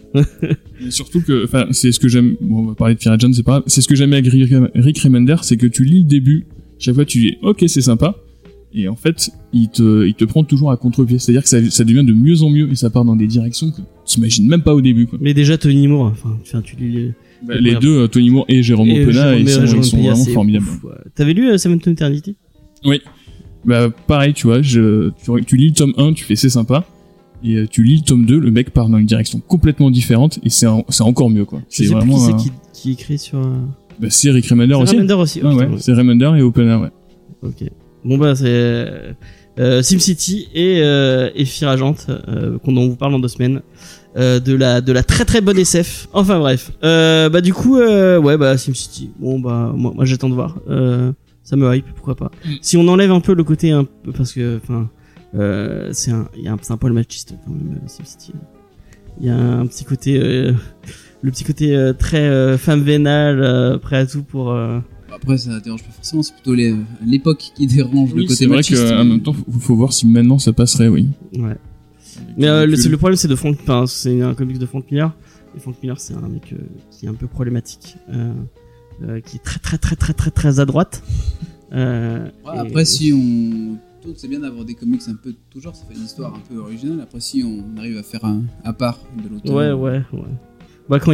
Et surtout que, enfin, c'est ce que j'aime. Bon, on va parler de Pirate John, c'est pas grave. C'est ce que j'aime avec Rick Remender, c'est que tu lis le début. Chaque fois, tu dis, ok, c'est sympa. Et en fait, il te prend toujours à contre-pied. C'est-à-dire que ça devient de mieux en mieux et ça part dans des directions que t'imagines même pas au début, quoi. Mais déjà, Tony Moore, enfin, tu lis les deux, Tony Moore et Jérôme Oppena, ils sont vraiment formidables. Ouais. T'avais lu Seventh Eternity? Oui. Bah, pareil, tu vois, tu lis le tome 1, tu fais c'est sympa. Et tu lis le tome 2, le mec part dans une direction complètement différente et c'est encore mieux, quoi. C'est vraiment qui écrit sur bah, c'est Rick Remender aussi. Remender aussi. Ouais, c'est Remender et Oppena, ouais. OK. Bon bah c'est SimCity et Fear Agent dont on vous parle dans 2 semaines. De la très très bonne SF. Enfin bref. Bah du coup ouais bah SimCity. Bon bah moi j'attends de voir. Ça me hype, pourquoi pas. Si on enlève un peu le côté un peu parce que enfin c'est un poil machiste quand même SimCity. Il y a un petit côté le petit côté très femme vénale prêt à tout pour Après, ça dérange pas forcément, c'est plutôt l'époque qui dérange, le côté machiste. C'est vrai qu'en même temps, faut voir si maintenant ça passerait, oui. Ouais. Mais le problème, c'est c'est un comics de Frank Miller. Et Frank Miller, c'est un mec qui est un peu problématique, qui est très très très très très très à droite. Après, si on c'est bien d'avoir des comics un peu tout genre, ça fait une histoire un peu originale. Après, si on arrive à faire un à part de l'auteur. Ouais. Bah quand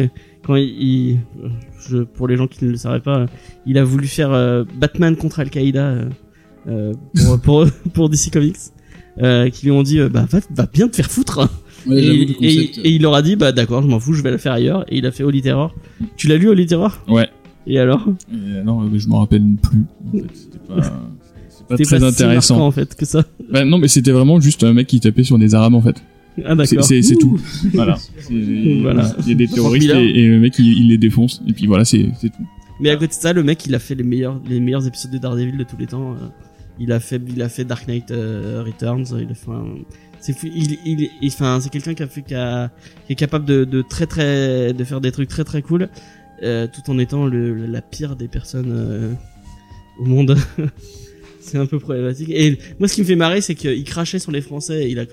pour les gens qui ne le savaient pas, il a voulu faire Batman contre Al-Qaïda pour DC Comics, qui lui ont dit va bien te faire foutre. Ouais, et il leur a dit bah d'accord, je m'en fous, je vais la faire ailleurs. Et il a fait Holy Terror. Tu l'as lu Holy Terror? Ouais. Et alors? Non, je m'en rappelle plus. En fait, c'était pas très intéressant. Si marquant, en fait que ça. Bah non, mais c'était vraiment juste un mec qui tapait sur des arabes en fait. Ah d'accord. C'est tout. Voilà. Voilà. Il y a des terroristes et le mec il les défonce et puis voilà, c'est tout. Mais à côté de ça, le mec il a fait les meilleurs épisodes de Daredevil de tous les temps. Il a fait Dark Knight Returns. Il a fait c'est quelqu'un qui est capable de faire des trucs très très cool, tout en étant la pire des personnes au monde. C'est un peu problématique. Et moi, ce qui me fait marrer, c'est qu'il crachait sur les Français. Il a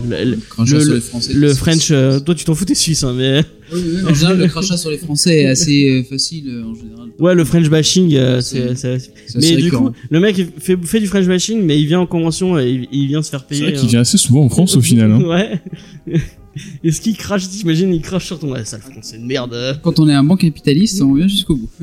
le French. Toi, tu t'en fous, t'es suisse, hein, mais. Oui, en général, le crachat sur les Français est assez facile en général. Ouais, le French bashing, mais du coup, le mec fait du French bashing, mais il vient en convention et il vient se faire payer. C'est vrai qu'il vient assez souvent en France au final. Hein. Ouais. Et ce qu'il crache, t'imagines, il crache sur ton sale français de merde. Quand on est un bon capitaliste, on vient jusqu'au bout.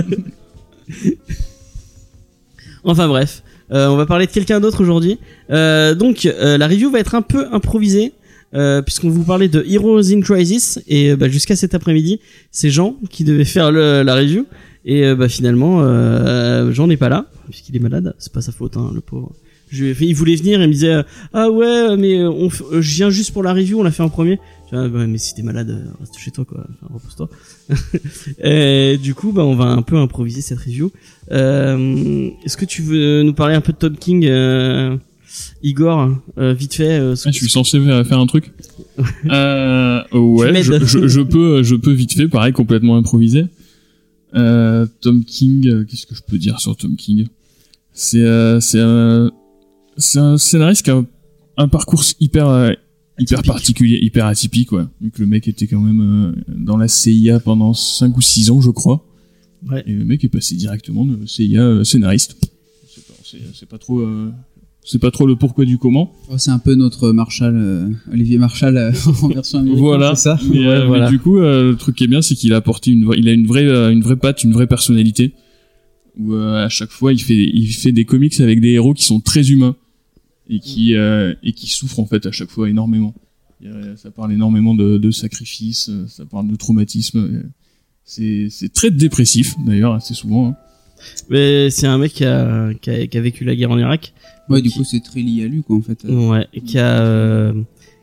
Enfin bref. On va parler de quelqu'un d'autre aujourd'hui. Donc la review va être un peu improvisée, puisqu'on vous parlait de Heroes in Crisis et jusqu'à cet après-midi, c'est Jean qui devait faire la review et finalement Jean n'est pas là puisqu'il est malade. C'est pas sa faute, hein, le pauvre. Il voulait venir et il me disait ah ouais mais je viens juste pour la review, on l'a fait en premier. Mais si t'es malade, reste chez toi quoi, enfin, repose-toi. Et du coup on va un peu improviser cette review. Est-ce que tu veux nous parler un peu de Tom King, Igor, vite fait? Je suis censé faire un truc. Ouais, je peux vite fait, pareil, complètement improviser. Tom King, qu'est-ce que je peux dire sur Tom King? C'est un scénariste qui a un parcours hyper particulier, hyper atypique, ouais. Vu que le mec était quand même dans la CIA pendant 5 ou 6 ans, je crois. Ouais. Et le mec est passé directement de CIA scénariste. C'est pas trop le pourquoi du comment. Oh, c'est un peu notre Marshall, Olivier Marshall en version américaine. Voilà. C'est ça. Mais du coup, le truc qui est bien, c'est qu'il a apporté il a une vraie patte, une vraie personnalité. Où à chaque fois, il fait des comics avec des héros qui sont très humains. Et qui souffrent en fait à chaque fois énormément. Ça parle énormément de sacrifices, ça parle de traumatisme. C'est très dépressif d'ailleurs assez souvent. Hein. Mais c'est un mec qui a vécu la guerre en Irak. Ouais, du coup c'est très lié à lui quoi en fait. Ouais, et qui a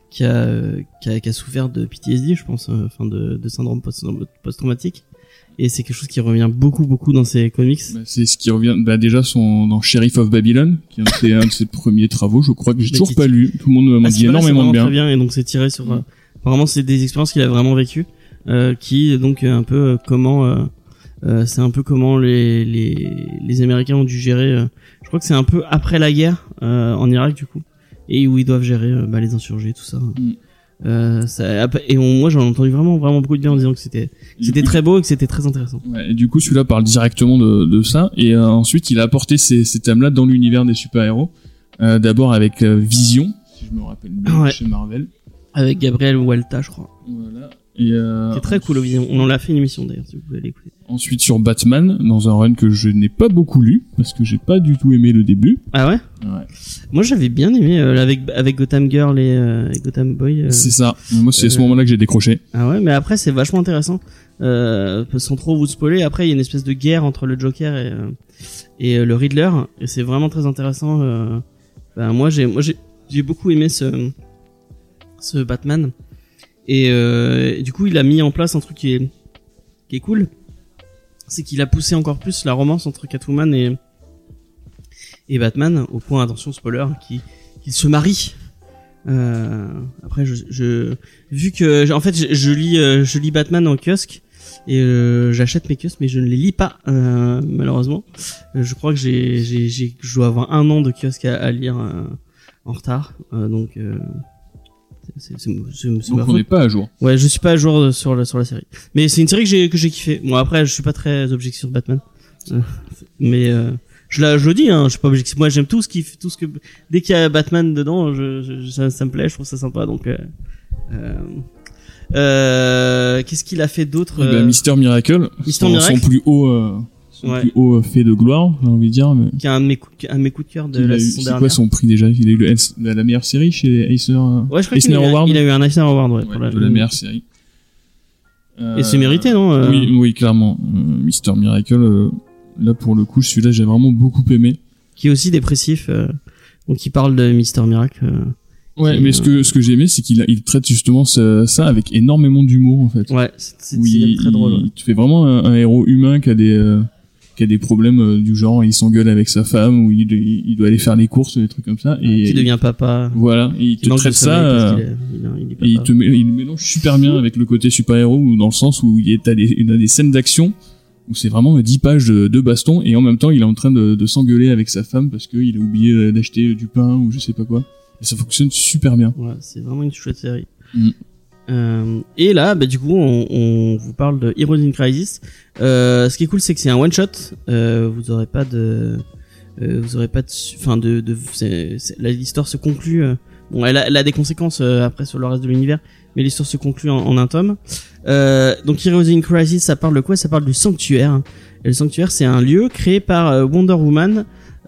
souffert de PTSD, je pense, enfin de syndrome post-traumatique. Et c'est quelque chose qui revient beaucoup dans ses comics. C'est ce qui revient déjà dans Sheriff of Babylon, qui est un de ses premiers travaux, je crois que j'ai toujours pas lu. Tout le monde m'a dit énormément de bien. Très bien, et donc c'est tiré sur apparemment c'est des expériences qu'il a vraiment vécues, qui donc un peu comment c'est un peu comment les Américains ont dû gérer je crois que c'est un peu après la guerre en Irak du coup, et où ils doivent gérer les insurgés, tout ça. Moi j'en ai entendu vraiment beaucoup de bien en disant que c'était très beau et que c'était très intéressant. Ouais, et du coup celui-là parle directement de ça, et ensuite il a apporté ces thèmes-là dans l'univers des super-héros. D'abord avec Vision, si je me rappelle bien, chez Marvel. Avec Gabriel Walta, je crois. Voilà. Et c'est très cool, Vision. On en a fait une émission d'ailleurs, si vous pouvez l'écouter. Ensuite sur Batman, dans un run que je n'ai pas beaucoup lu, parce que j'ai pas du tout aimé le début. Ah ouais? Ouais. Moi j'avais bien aimé avec Gotham Girl et Gotham Boy. C'est ça. Moi c'est à ce moment-là que j'ai décroché. Ah ouais, mais après c'est vachement intéressant. Sans trop vous spoiler, après il y a une espèce de guerre entre le Joker et le Riddler, et c'est vraiment très intéressant. Moi j'ai beaucoup aimé ce Batman, et du coup il a mis en place un truc qui est cool, c'est qu'il a poussé encore plus la romance entre Catwoman et Batman, au point, attention spoiler, qu'ils se marient. Après vu que en fait je lis Batman en kiosque, et j'achète mes kiosques mais je ne les lis pas, malheureusement. Je crois que je dois avoir 1 an de kiosque à lire en retard, donc donc on n'est pas à jour. Ouais, je suis pas à jour sur la série, mais c'est une série que j'ai kiffé. Bon, après je suis pas très objectif sur Batman, mais je le dis, hein, je suis pas objectif. Moi j'aime tout ce que dès qu'il y a Batman dedans, ça me plaît, je trouve ça sympa. Donc qu'est-ce qu'il a fait d'autre? Mister Miracle, son plus haut fait de gloire, j'ai envie de dire. Mais... Qui a un de mes coups de cœur de la saison dernière. C'est quoi son prix déjà? Il a eu la meilleure série chez Eisner. Ouais, je crois qu'il a eu un Eisner Award, pour de la meilleure série. Et c'est mérité, non? Oui, clairement. Mister Miracle, là pour le coup, celui-là j'ai vraiment beaucoup aimé. Qui est aussi dépressif, donc il parle de Mister Miracle. Ouais, mais ce que j'ai aimé, c'est qu'il traite justement ça avec énormément d'humour, en fait. Ouais, c'est très drôle. Il te fait vraiment un héros humain qui a des problèmes du genre, il s'engueule avec sa femme, ou il doit aller faire les courses, des trucs comme ça. Et qui devient papa. Voilà, et il te traite ça, et il le mélange super bien avec le côté super-héros, dans le sens où il a des scènes d'action, où c'est vraiment 10 pages de baston, et en même temps il est en train de s'engueuler avec sa femme parce qu'il a oublié d'acheter du pain ou je sais pas quoi. Et ça fonctionne super bien. Ouais, c'est vraiment une chouette série. Et là, du coup, on vous parle de Heroes in Crisis. Ce qui est cool, c'est que c'est un one shot. Vous aurez pas l'histoire se conclut. Bon, elle a des conséquences après sur le reste de l'univers, mais l'histoire se conclut en un tome. Donc Heroes in Crisis, ça parle de quoi? Ça parle du sanctuaire. Et le sanctuaire, c'est un lieu créé par Wonder Woman,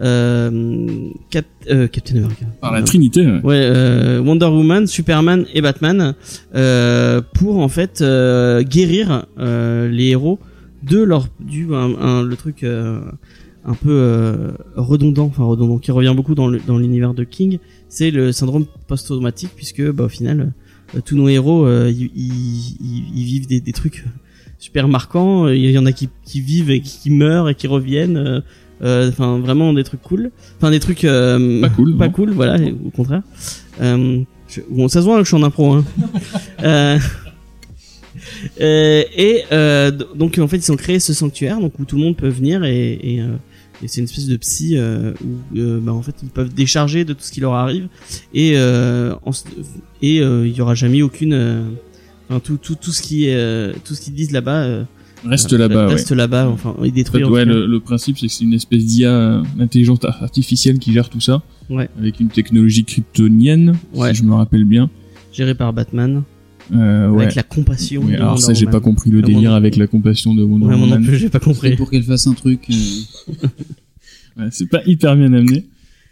Captain America. Par la Trinité. Wonder Woman, Superman et Batman, pour en fait guérir les héros de le truc un peu redondant, qui revient beaucoup dans l'univers de King, c'est le syndrome post-traumatique, puisque au final tous nos héros ils vivent des trucs super marquants. Il y en a qui vivent et qui meurent et qui reviennent. Vraiment des trucs cool, des trucs pas cool, voilà, au contraire. Bon, ça se voit que je suis en impro, hein. Donc en fait ils ont créé ce sanctuaire, donc où tout le monde peut venir, et c'est une espèce de psy où en fait ils peuvent décharger de tout ce qui leur arrive, et il y aura jamais aucune tout ce qu'ils disent là-bas reste là-bas. Enfin, il détruit. En fait, le principe, c'est que c'est une espèce d'IA, intelligence artificielle qui gère tout ça. Ouais. Avec une technologie kryptonienne, si je me rappelle bien. Gérée par Batman. Avec la compassion. Ouais, alors ça, j'ai pas compris le délire avec la compassion de Wonder Woman. Moi non plus, j'ai pas compris. C'est pour qu'elle fasse un truc. Ouais, c'est pas hyper bien amené.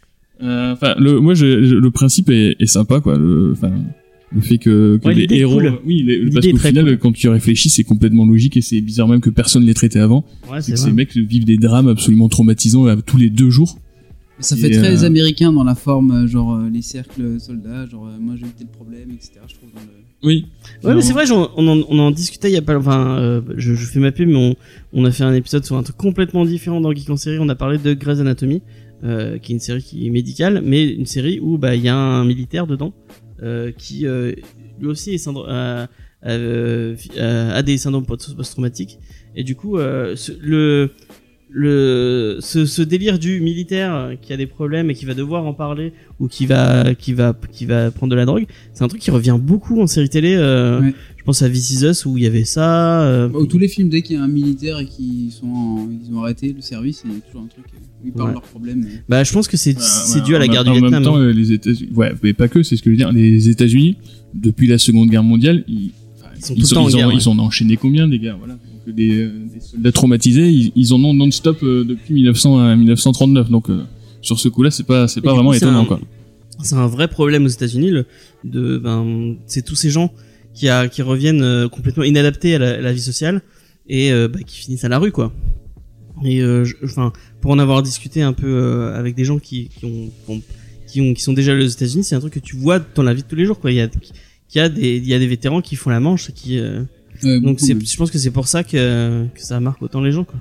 Le principe est sympa, quoi. Le fait que les héros, parce qu'au final, quand tu réfléchis, c'est complètement logique, et c'est bizarre même que personne les traitait avant. Ouais, c'est que ces mecs vivent des drames absolument traumatisants tous les 2 jours. Ça fait très américain dans la forme, genre les cercles soldats, genre moi j'ai évité le problème, etc. Je trouve dans le. Oui. Ouais, mais c'est vrai, on en discutait il y a pas. Je fais ma pub, mais on a fait un épisode sur un truc complètement différent dans Geek en série. On a parlé de Grey's Anatomy, qui est une série qui est médicale, mais une série où il y a un militaire dedans. Qui lui aussi a des syndromes post-traumatiques, et du coup le ce délire du militaire qui a des problèmes et qui va devoir en parler ou qui va prendre de la drogue, c'est un truc qui revient beaucoup en série télé. Je pense à This Is Us où il y avait ça. Tous les films, dès qu'il y a un militaire et qu'ils ont arrêté le service, il y a toujours un truc où ils parlent de leurs problèmes. Bah, je pense que c'est dû à la guerre du Vietnam. En même temps, les États-Unis, mais pas que, c'est ce que je veux dire. Les États-Unis, depuis la Seconde Guerre mondiale, ils ont enchaîné combien des guerres, voilà. Donc, des soldats traumatisés, ils en ont non-stop depuis 1900 à 1939. Donc sur ce coup-là, c'est pas vraiment étonnant, quoi. C'est un vrai problème aux États-Unis, c'est tous ces gens qui reviennent complètement inadaptés à la vie sociale et qui finissent à la rue, quoi. Et pour en avoir discuté un peu avec des gens qui sont déjà allés aux États-Unis, c'est un truc que tu vois dans la vie de tous les jours, quoi. Il y a des vétérans qui font la manche, donc je pense que c'est pour ça que ça marque autant les gens, quoi.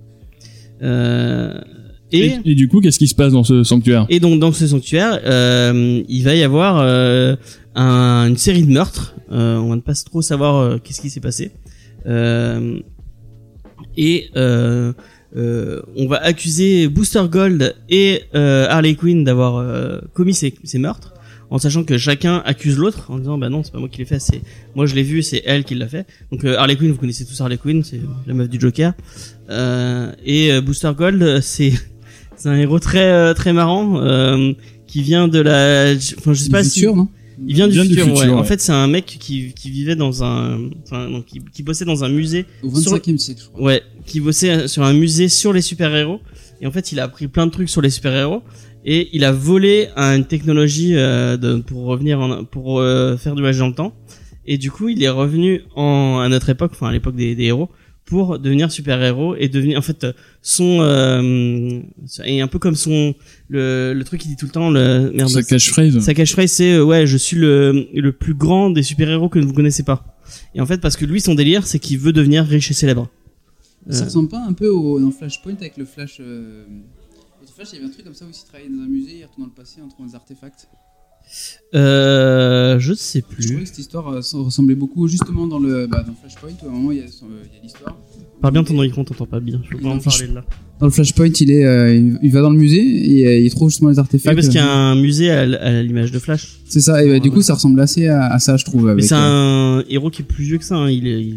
Et du coup, qu'est-ce qui se passe dans ce sanctuaire ? Et donc dans ce sanctuaire, il va y avoir une série de meurtres. On va ne pas trop savoir qu'est-ce qui s'est passé. On va accuser Booster Gold et Harley Quinn d'avoir commis ces meurtres, en sachant que chacun accuse l'autre en disant bah non, c'est pas moi qui l'ai fait, c'est moi je l'ai vu, c'est elle qui l'a fait. Donc Harley Quinn, vous connaissez tous Harley Quinn, c'est la meuf du Joker. Et Booster Gold, c'est un héros très très marrant qui vient de la, je sais pas si non, il vient du futur, ouais. En fait, c'est un mec qui vivait qui bossait dans un musée au 25e siècle, je crois. Ouais, qui bossait sur un musée sur les super-héros. Et en fait, il a appris plein de trucs sur les super-héros et il a volé une technologie pour faire du voyage dans le temps. Et du coup, il est revenu à notre époque, enfin à l'époque des héros, pour devenir super-héros et devenir en fait et un peu comme le truc qu'il dit tout le temps, sa catchphrase c'est je suis le plus grand des super-héros que vous connaissez pas. Et en fait parce que lui son délire c'est qu'il veut devenir riche et célèbre. Ça ressemble pas un peu dans Flashpoint avec le Flash dans Flash, il y avait un truc comme ça où il travaillait dans un musée, il retourne dans le passé en trouvant des artefacts. Je sais plus. Je trouvais que cette histoire ressemblait beaucoup justement dans Flashpoint où à un moment il y a l'histoire. Parle bien ton micro, on t'entend pas bien. Je peux pas en parler de là. Dans le Flashpoint, il va dans le musée et il trouve justement les artefacts. Oui, parce qu'il y a un musée à l'image de Flash. C'est ça. Et du coup, ça ressemble assez à ça, je trouve. Mais c'est un héros qui est plus vieux que ça. Hein.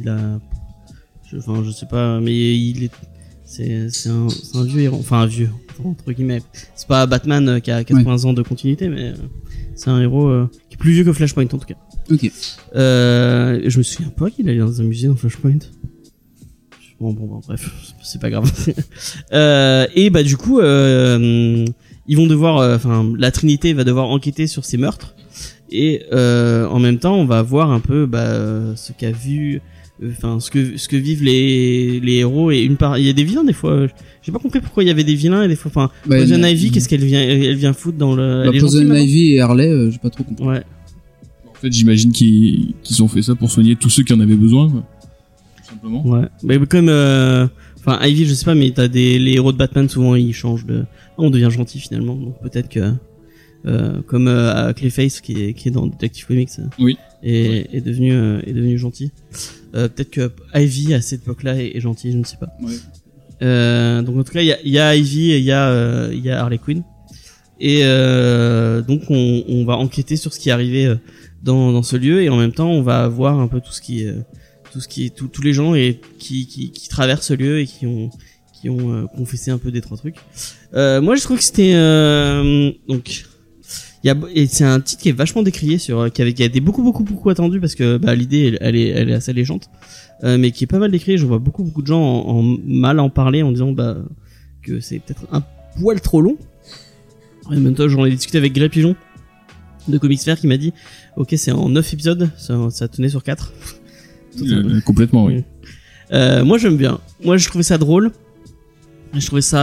Je sais pas, mais c'est un vieux héros. Enfin, un vieux entre guillemets. C'est pas Batman qui a 80 ans de continuité, mais c'est un héros qui est plus vieux que Flashpoint en tout cas. Ok. Je me souviens pas qu'il allait dans un musée dans Flashpoint. Bon, bref, c'est pas grave. Et du coup, ils vont devoir, la Trinité va devoir enquêter sur ces meurtres. Et en même temps, on va voir un peu ce qu'a vu, ce que vivent les héros. Et il y a des vilains des fois. J'ai pas compris pourquoi il y avait des vilains et des fois. Poison Ivy, qu'est-ce qu'elle vient foutre dans le. Poison Ivy et Harley, j'ai pas trop compris. Ouais. En fait, j'imagine qu'ils ont fait ça pour soigner tous ceux qui en avaient besoin, quoi. Simplement. Ouais. Mais comme Ivy, je sais pas, mais les héros de Batman souvent ils changent on devient gentil finalement. Donc peut-être que comme Clayface qui est dans Detective Comics est devenu gentil. Peut-être que Ivy à cette époque-là est gentil, je ne sais pas. Ouais. Donc en tout cas il y a Ivy et il y a Harley Quinn. Et donc on va enquêter sur ce qui est arrivé dans ce lieu et en même temps on va voir un peu tous les gens et qui traversent ce lieu et qui ont confessé un peu des trois trucs. Moi je trouve que c'était donc c'est un titre qui est vachement décrié qui a été beaucoup attendu parce que l'idée elle est assez alléchante, mais qui est pas mal décrié. Je vois beaucoup de gens mal en parler en disant que c'est peut-être un poil trop long. En même temps j'en ai discuté avec Grey Pigeon de Comics Fair qui m'a dit ok c'est en 9 épisodes, ça tenait sur 4. Complètement, oui. Moi j'aime bien. Moi je trouvais ça drôle. Je trouvais ça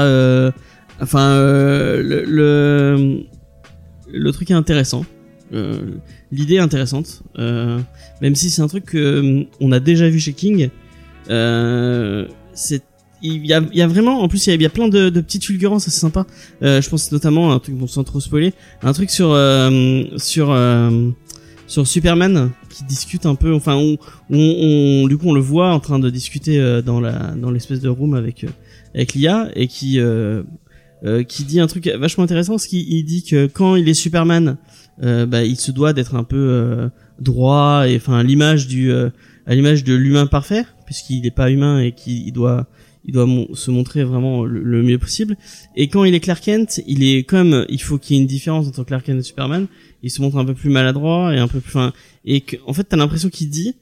le truc est intéressant. L'idée est intéressante. Même si c'est un truc que on a déjà vu chez King. Il y a vraiment, en plus il y a plein de petites fulgurances, c'est sympa. Je pense notamment à un truc, bon, sans trop spoiler, un truc sur sur Superman qui discute un peu, enfin du coup on le voit en train de discuter dans l'espèce de room avec l'IA et qui dit un truc vachement intéressant, ce qui il dit que quand il est Superman, il se doit d'être un peu droit et enfin à l'image de l'humain parfait, puisqu'il n'est pas humain et qu'il doit se montrer vraiment le mieux possible. Et quand il est Clark Kent, il faut qu'il y ait une différence entre Clark Kent et Superman. Il se montre un peu plus maladroit et un peu plus, et que, en fait, t'as l'impression qu'il dit,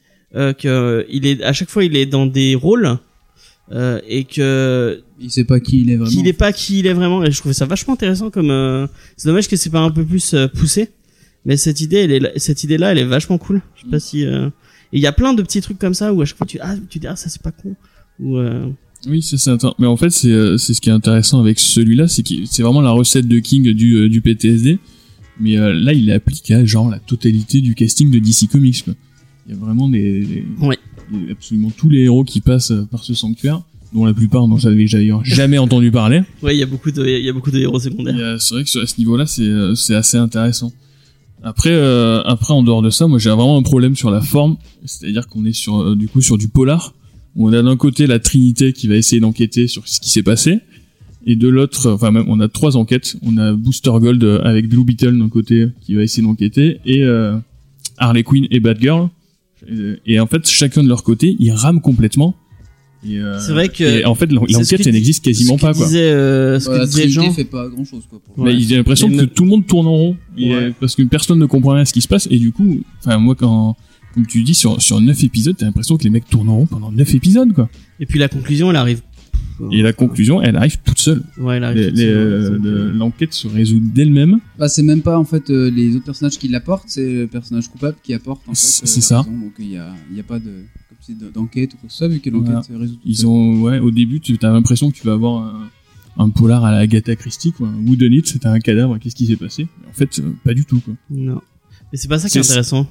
à chaque fois, il est dans des rôles, et que il sait pas qui il est vraiment. Qu'il n'est pas qui il est vraiment. Et je trouvais ça vachement intéressant c'est dommage que c'est pas un peu plus poussé. Mais cette idée-là, elle est vachement cool. Je sais pas si, et il y a plein de petits trucs comme ça où à chaque fois tu dis ça c'est pas con. Oui, c'est ça. Mais en fait, c'est ce qui est intéressant avec celui-là, c'est que c'est vraiment la recette de King du PTSD. Mais là, il l'applique à genre la totalité du casting de DC Comics, quoi. Il y a vraiment absolument tous les héros qui passent par ce sanctuaire, dont la plupart dont j'avais jamais entendu parler. Ouais, il y a beaucoup de héros secondaires. C'est vrai que à ce niveau-là, c'est assez intéressant. Après, en dehors de ça, moi, j'ai vraiment un problème sur la forme. C'est-à-dire qu'on est sur du polar. Où on a d'un côté la Trinité qui va essayer d'enquêter sur ce qui s'est passé, et de l'autre, même on a 3 enquêtes. On a Booster Gold avec Blue Beetle d'un côté qui va essayer d'enquêter, et Harley Quinn et Batgirl. Et en fait, chacun de leur côté, ils rament complètement. C'est vrai que et en fait l'enquête elle n'existe quasiment pas, quoi. Ce que disait Jean fait pas grand chose, quoi. Mais il a l'impression que tout le monde tourne en rond, parce que personne ne comprend rien à ce qui se passe, et du coup, moi comme tu dis, sur 9 épisodes, t'as l'impression que les mecs tournent en rond pendant 9 épisodes, quoi. Et puis la conclusion, elle arrive. Et la conclusion, elle arrive toute seule. Ouais, elle arrive toute seule. L'enquête se résout d'elle-même. C'est même pas, en fait, les autres personnages qui l'apportent, c'est le personnage coupable qui apporte, en fait. C'est ça. Raison. Donc il y a pas d'enquête ou quoi que ce soit, vu que l'enquête se résout toute seule. Au début, t'as l'impression que tu vas avoir un polar à la Agatha Christie, quoi. Whodunit, c'était un cadavre, qu'est-ce qui s'est passé? En fait, pas du tout, quoi. Non. Mais c'est pas ça qui est intéressant.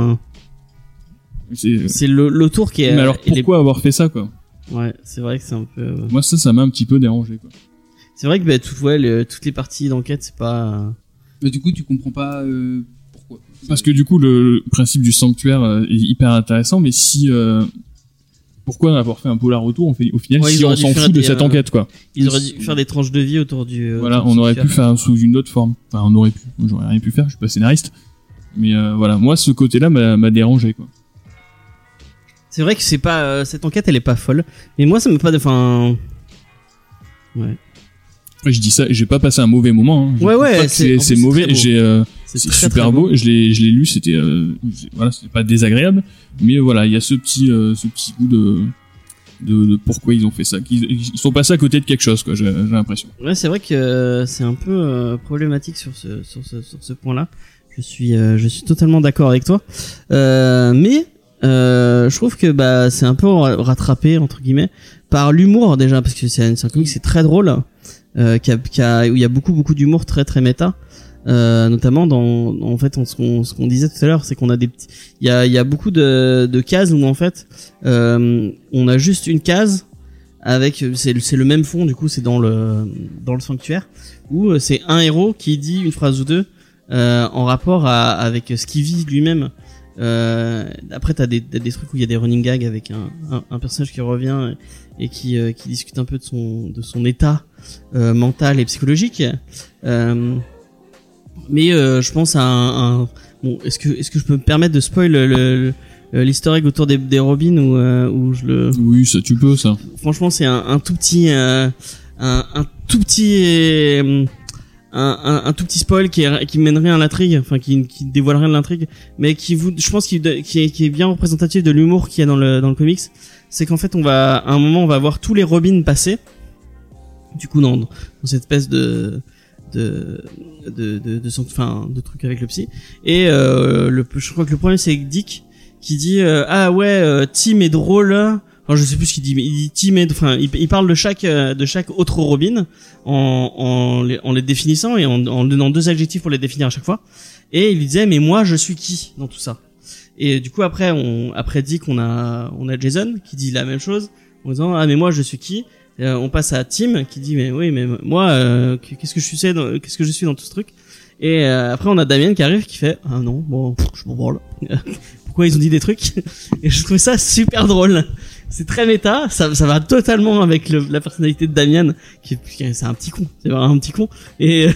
C'est le tour qui est. Mais alors pourquoi avoir fait ça, quoi? Ouais, c'est vrai que c'est un peu. Moi, ça m'a un petit peu dérangé, quoi. C'est vrai que toutes les parties d'enquête, c'est pas. Mais du coup, tu comprends pas pourquoi. Parce que du coup, le principe du sanctuaire est hyper intéressant, mais pourquoi avoir fait un polar autour, au final, si on s'en fout de cette enquête, quoi. Ils auraient dû faire des tranches de vie autour du. Voilà, on aurait pu faire sous une autre forme. Enfin, j'aurais rien pu faire, je suis pas scénariste. Mais voilà, moi, ce côté-là m'a dérangé, quoi. C'est vrai que c'est pas cette enquête, elle est pas folle. Mais moi, ça me pas de. Ouais. Après, je dis ça, j'ai pas passé un mauvais moment. Hein. Ouais, c'est mauvais. C'est super beau. Je l'ai lu, c'était c'était pas désagréable, mais voilà, il y a ce petit goût de pourquoi ils ont fait ça. Ils sont passés à côté de quelque chose, quoi. J'ai l'impression. Ouais, c'est vrai que c'est un peu problématique sur ce point-là. Je suis totalement d'accord avec toi. Mais je trouve que c'est un peu rattrapé entre guillemets par l'humour déjà, parce que c'est un comic, c'est très drôle, où il y a beaucoup d'humour très très méta, notamment en fait ce qu'on disait tout à l'heure, c'est qu'on a il y a beaucoup de cases où en fait on a juste une case avec c'est le même fond, du coup c'est dans le sanctuaire, où c'est un héros qui dit une phrase ou deux en rapport avec ce qu'il vit lui-même. Après t'as des trucs où il y a des running gags avec un personnage qui revient et qui discute un peu de son état mental et psychologique, mais je pense à bon, est-ce que je peux me permettre de spoil l'easter egg autour des Robins où je le. Oui, ça tu peux, ça. Franchement, c'est un tout petit un tout petit spoil qui mènerait à l'intrigue, enfin qui dévoilerait l'intrigue, mais je pense qui est bien représentatif de l'humour qu'il y a dans le comics. C'est qu'en fait à un moment on va voir tous les Robins passer, du coup dans cette espèce de truc avec le psy, et je crois que le premier c'est Dick qui dit Tim est drôle. Enfin, je sais plus ce qu'il dit, mais il dit Tim est, il parle de chaque autre Robin en les définissant et en donnant 2 adjectifs pour les définir à chaque fois. Et il disait, mais moi, je suis qui dans tout ça? Et du coup, après Dick, on a Jason qui dit la même chose en disant, mais moi, je suis qui? On passe à Tim qui dit, mais oui, mais moi, qu'est-ce que je suis dans tout ce truc? Et après on a Damien qui arrive qui fait ah non bon je m'en branle. Pourquoi ils ont dit des trucs? Et je trouve ça super drôle. C'est très méta, ça va totalement avec la personnalité de Damien qui c'est un petit con, c'est vraiment un petit con. Et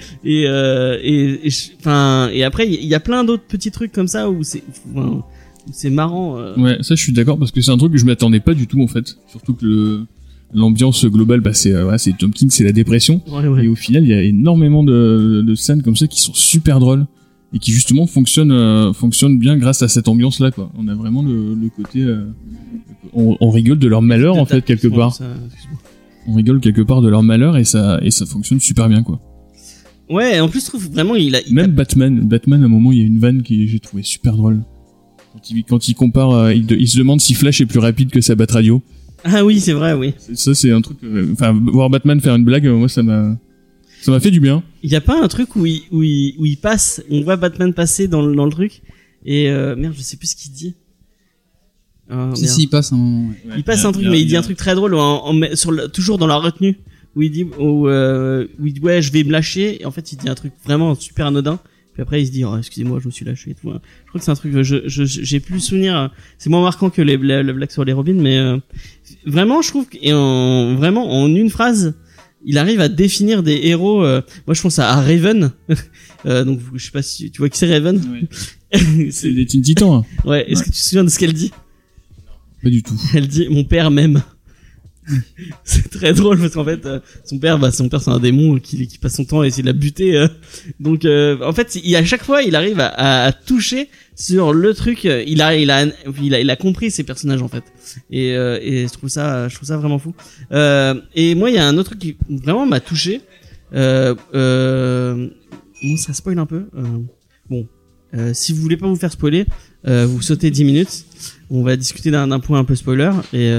après il y a plein d'autres petits trucs comme ça où c'est marrant. Ouais, ça je suis d'accord parce que c'est un truc que je m'attendais pas du tout en fait, surtout que l'ambiance globale c'est Tom King, c'est la dépression. Ouais. Et au final il y a énormément de scènes comme ça qui sont super drôles et qui justement fonctionnent bien grâce à cette ambiance là quoi. On a vraiment le côté on rigole de leur malheur en fait quelque part. On rigole quelque part de leur malheur et ça fonctionne super bien quoi. Ouais, en plus je trouve vraiment même Batman à un moment il y a une vanne que j'ai trouvé super drôle. Quand il compare il se demande si Flash est plus rapide que sa Bat Radio. Ah oui, c'est vrai, oui. Ça c'est un truc voir Batman faire une blague, moi ça m'a fait du bien. Il y a pas un truc où il passe, on voit Batman passer dans le truc et merde, je sais plus ce qu'il dit. Si il passe un moment. Ouais. Il passe un truc mais il dit un truc très drôle toujours dans la retenue où il dit ouais, je vais me lâcher et en fait il dit un truc vraiment super anodin. Puis après il se dit excusez-moi, je me suis lâché et tout. Je crois que c'est un truc que j'ai plus le souvenir, c'est moins marquant que la blague sur les Robins mais vraiment je trouve vraiment en une phrase il arrive à définir des héros. Moi, je pense à Raven. Donc, je sais pas si tu vois qui c'est Raven. Ouais. C'est des Teen Titans. Ouais. Est-ce que tu te souviens de ce qu'elle dit? Pas du tout. Elle dit mon père m'aime. C'est très drôle parce qu'en fait son père c'est un démon qui passe son temps à essayer de la buter. Donc en fait à chaque fois il arrive à toucher sur le truc. Il a compris ses personnages en fait. Et je trouve ça vraiment fou. Et moi il y a un autre truc qui vraiment m'a touché. Bon, ça spoil un peu. Si vous voulez pas vous faire spoiler, vous sautez 10 minutes. On va discuter d'un point un peu spoiler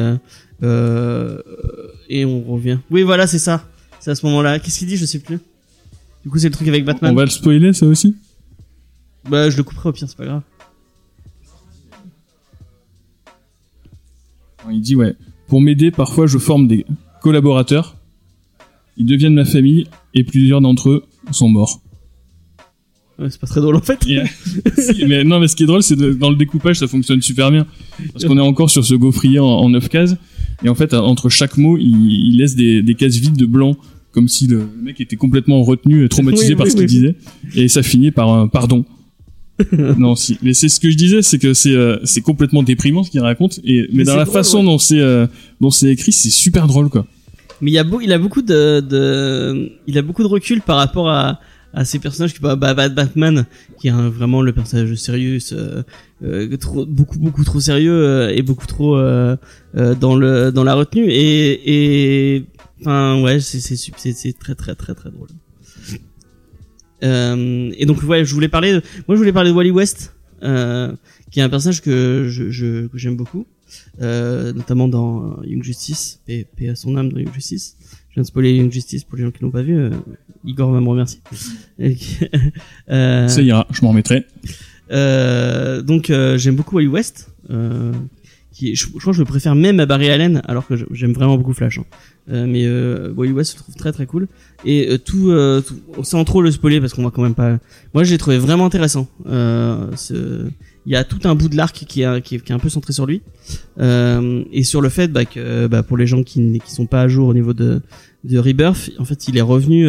et on revient. Oui, voilà, c'est ça. C'est à ce moment-là. Qu'est-ce qu'il dit? Je sais plus. Du coup, c'est le truc avec Batman. On va le spoiler, ça aussi? Bah, je le couperai au pire, c'est pas grave. Il dit, ouais. Pour m'aider, parfois, je forme des collaborateurs. Ils deviennent ma famille et plusieurs d'entre eux sont morts. Ouais, c'est pas très drôle en fait. Mais non, mais ce qui est drôle, c'est dans le découpage, ça fonctionne super bien. Parce qu'on est encore sur ce gaufrier en 9 cases. Et en fait, entre chaque mot, il laisse des cases vides de blanc. Comme si le mec était complètement retenu, traumatisé par ce qu'il disait. Et ça finit par un pardon. Non, si. Mais c'est ce que je disais, c'est que c'est complètement déprimant ce qu'il raconte. Mais dans la drôle, façon dont c'est écrit, c'est super drôle, quoi. Mais il a beaucoup de recul par rapport à ces personnages qui Batman qui est vraiment le personnage sérieux beaucoup trop sérieux et beaucoup trop dans la retenue et enfin ouais c'est très très très très drôle. Et donc ouais je voulais parler de Wally West qui est un personnage que j'aime beaucoup notamment dans Young Justice, paix à son âme dans Young Justice. Je viens de spoiler Young Justice pour les gens qui l'ont pas vu. Igor va me remercier. Ça ira, je m'en remettrai. Donc j'aime beaucoup Wally West, je crois que je le préfère même à Barry Allen, alors que j'aime vraiment beaucoup Flash. Mais Wally West je le trouve très très cool. Et sans trop le spoiler parce qu'on va quand même pas. Moi je l'ai trouvé vraiment intéressant. Il y a tout un bout de l'arc qui est un peu centré sur lui et sur le fait que pour les gens qui sont pas à jour au niveau de Rebirth, en fait il est revenu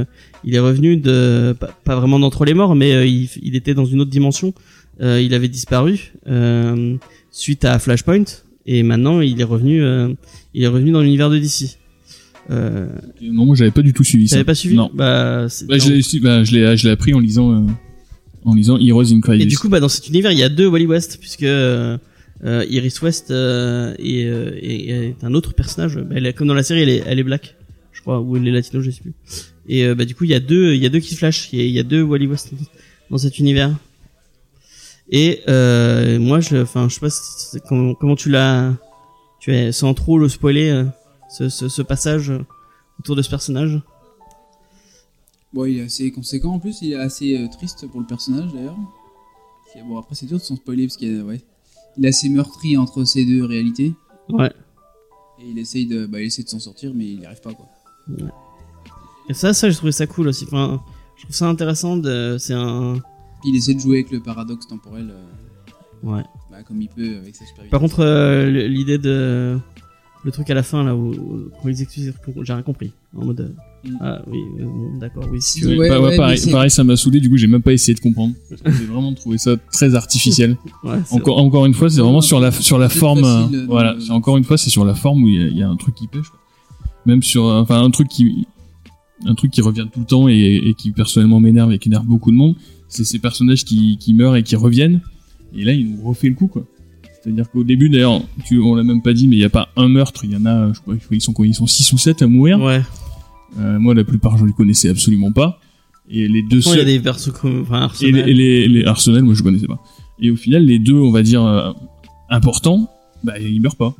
de pas vraiment d'entre les morts, mais il était dans une autre dimension. Il avait disparu suite à Flashpoint et maintenant il est revenu dans l'univers de DC. Non, moi j'avais pas du tout suivi ça. T'avais pas suivi? Non. Je l'ai appris en lisant Heroes in Crisis. Et du coup dans cet univers il y a deux Wally West puisque Iris West est un autre personnage. Comme dans la série elle est black, je crois, ou elle est latino, je sais plus. Et du coup il y a deux Kid Flash, il y a deux Wally West dans cet univers. Et moi je sais pas comment tu as sans trop le spoiler ce passage autour de ce personnage. Bon, il est assez conséquent en plus, il est assez triste pour le personnage d'ailleurs. Bon, après c'est dur de s'en spoiler parce qu'il il est assez meurtri entre ces deux réalités. Ouais. Et il essaye de s'en sortir, mais il n'y arrive pas, quoi. Ouais. Et ça j'ai trouvé ça cool aussi. Enfin, Je trouve ça intéressant. C'est un. Il essaie de jouer avec le paradoxe temporel. Ouais. Bah, comme il peut avec sa super. Par contre, l'idée de le truc à la fin là où ils expliquent, j'ai rien compris. En mode ah oui, bon, d'accord, oui. Si tu veux. Pareil, ça m'a saoulé. Du coup, j'ai même pas essayé de comprendre parce que j'ai vraiment trouvé ça très artificiel. Ouais, encore une fois, c'est vraiment sur la forme. Facile, voilà, c'est encore une fois, c'est sur la forme où il y a un truc qui pêche. Quoi. Même sur, un truc qui revient tout le temps et qui personnellement m'énerve et qui énerve beaucoup de monde, c'est ces personnages qui meurent et qui reviennent. Et là, il nous refait le coup, quoi. C'est-à-dire qu'au début, d'ailleurs, on l'a même pas dit, mais il y a pas un meurtre, il y en a, je crois, ils sont 6 ou 7 à mourir. Ouais. Moi, la plupart, je les connaissais absolument pas. Et les deux seuls. Il y a des persos comme, Arsenal. Et les Arsenal, moi, je connaissais pas. Et au final, les deux, on va dire, importants, bah, ils meurent pas.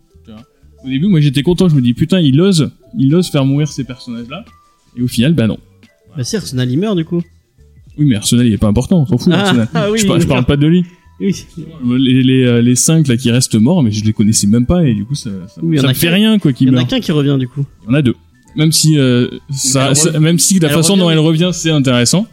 Au début, moi, j'étais content, je me dis, putain, il ose faire mourir ces personnages-là. Et au final, bah non. Bah si, Arsenal, il meurt, du coup. Oui, mais Arsenal, il est pas important, on s'en fout, Arsenal. Oui, je parle pas de lui. Oui. Les 5 là qui restent morts, mais je les connaissais même pas et du coup ça me fait rien quoi qu'ils meurent. Il y en a qu'un qui revient du coup. Il y en a 2. Même si même si la façon dont elle revient c'est intéressant.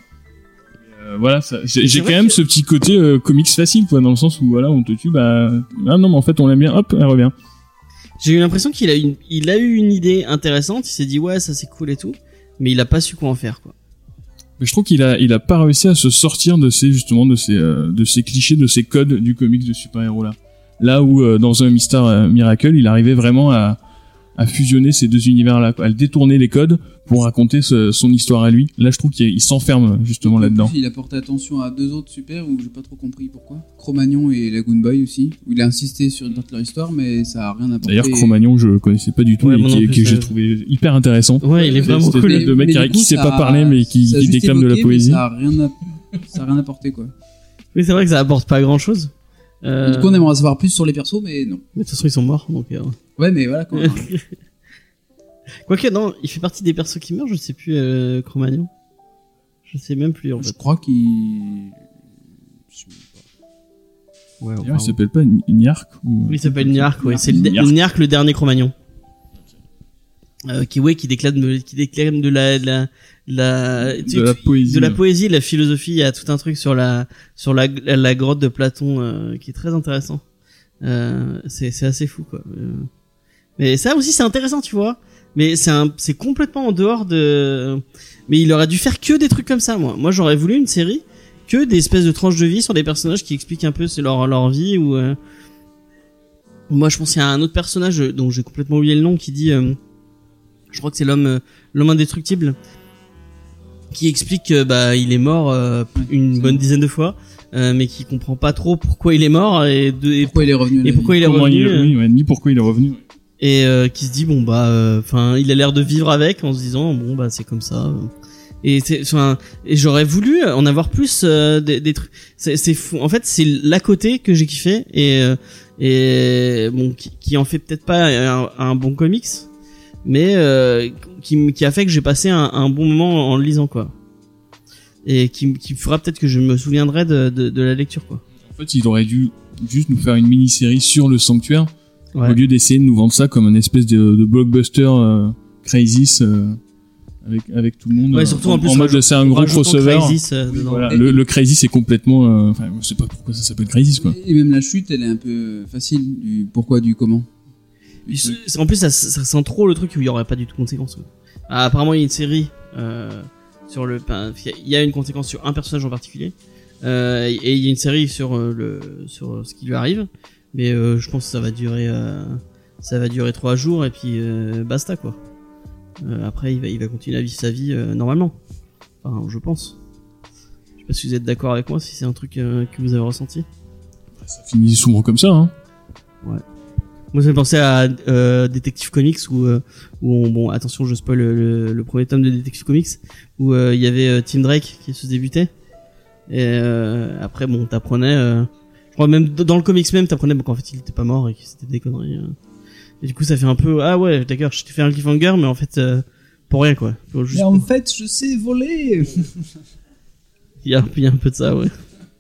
Voilà, j'ai quand même ce petit côté comics facile quoi, dans le sens où voilà on te tue ah non mais en fait on l'aime bien, hop elle revient. J'ai eu l'impression qu'il a eu une idée intéressante, il s'est dit ouais ça c'est cool et tout, mais il a pas su quoi en faire quoi. Mais je trouve qu'il a pas réussi à se sortir de ces clichés, de ces codes du comics de super-héros là. Là où dans un Mr. Miracle, il arrivait vraiment à fusionner ces deux univers là, à détourner les codes pour raconter son histoire à lui. Là, je trouve qu'il s'enferme justement là-dedans. Il a porté attention à 2 autres super où j'ai pas trop compris pourquoi. Cro-Magnon et Lagoon Boy aussi, où il a insisté sur leur histoire, mais ça a rien apporté. D'ailleurs, Cro-Magnon, je connaissais pas du tout et que j'ai trouvé hyper intéressant. Ouais, il est vraiment cool. Le mec qui sait pas parler mais qui déclame de la poésie. Ça a rien apporté quoi. Oui, c'est vrai que ça apporte pas grand-chose. Du coup, on aimerait savoir plus sur les persos, mais non. Mais de toute façon, ils sont morts, donc. Ouais, mais voilà quoi. Quoique, non, il fait partie des persos qui meurent, je sais plus, Cro-Magnon. Je sais même plus, en fait. Je crois qu'il... Ouais, enfin, il s'appelle pas Niark ou... Oui, il s'appelle Niark, ouais. C'est Niark, le dernier Cro-Magnon. Qui déclame de la poésie. De la poésie, la philosophie, il y a tout un truc sur la grotte de Platon, qui est très intéressant. C'est assez fou, quoi. Mais ça aussi, c'est intéressant, tu vois. Mais c'est complètement en dehors de... Mais il aurait dû faire que des trucs comme ça, moi. Moi, j'aurais voulu une série que des espèces de tranches de vie sur des personnages qui expliquent un peu leur vie ou... Moi, je pense qu'il y a un autre personnage dont j'ai complètement oublié le nom qui dit... je crois que c'est l'homme indestructible qui explique que il est mort une bonne dizaine de fois mais qui comprend pas trop pourquoi il est mort et pourquoi il est revenu ni pourquoi il est revenu et qui se dit il a l'air de vivre avec en se disant c'est comme ça et j'aurais voulu en avoir plus des trucs c'est fou en fait c'est l'à côté que j'ai kiffé et bon qui en fait peut-être pas un bon comics mais qui a fait que j'ai passé un bon moment en le lisant quoi et qui fera peut-être que je me souviendrai de la lecture quoi. En fait il aurait dû juste nous faire une mini-série sur le sanctuaire au lieu d'essayer de nous vendre ça comme une espèce de blockbuster Crisis avec tout le monde surtout en plus mode c'est un gros crossover. Voilà, le Crisis est complètement je sais pas pourquoi ça s'appelle Crisis quoi. Et même la chute elle est un peu facile du pourquoi du comment. En plus ça sent trop le truc où il y aurait pas du tout de conséquences. Apparemment il y a une série sur il y a une conséquence sur un personnage en particulier et il y a une série sur ce qui lui arrive mais je pense que ça va durer 3 jours et puis basta quoi. Après il va continuer à vivre sa vie normalement. Enfin je pense. Je sais pas si vous êtes d'accord avec moi, si c'est un truc que vous avez ressenti. Ça finit souvent comme ça hein. Ouais. Moi, ça me pensait à Detective Comics où attention, je spoil le premier tome de Detective Comics où il y avait Tim Drake qui se débutait et après t'apprenais je crois même dans le comics même t'apprenais qu'en fait il était pas mort et que c'était des conneries et du coup ça fait un peu ouais d'accord je t'ai fait un cliffhanger mais en fait pour rien quoi mais en fait je sais voler. il y a un peu de ça ouais.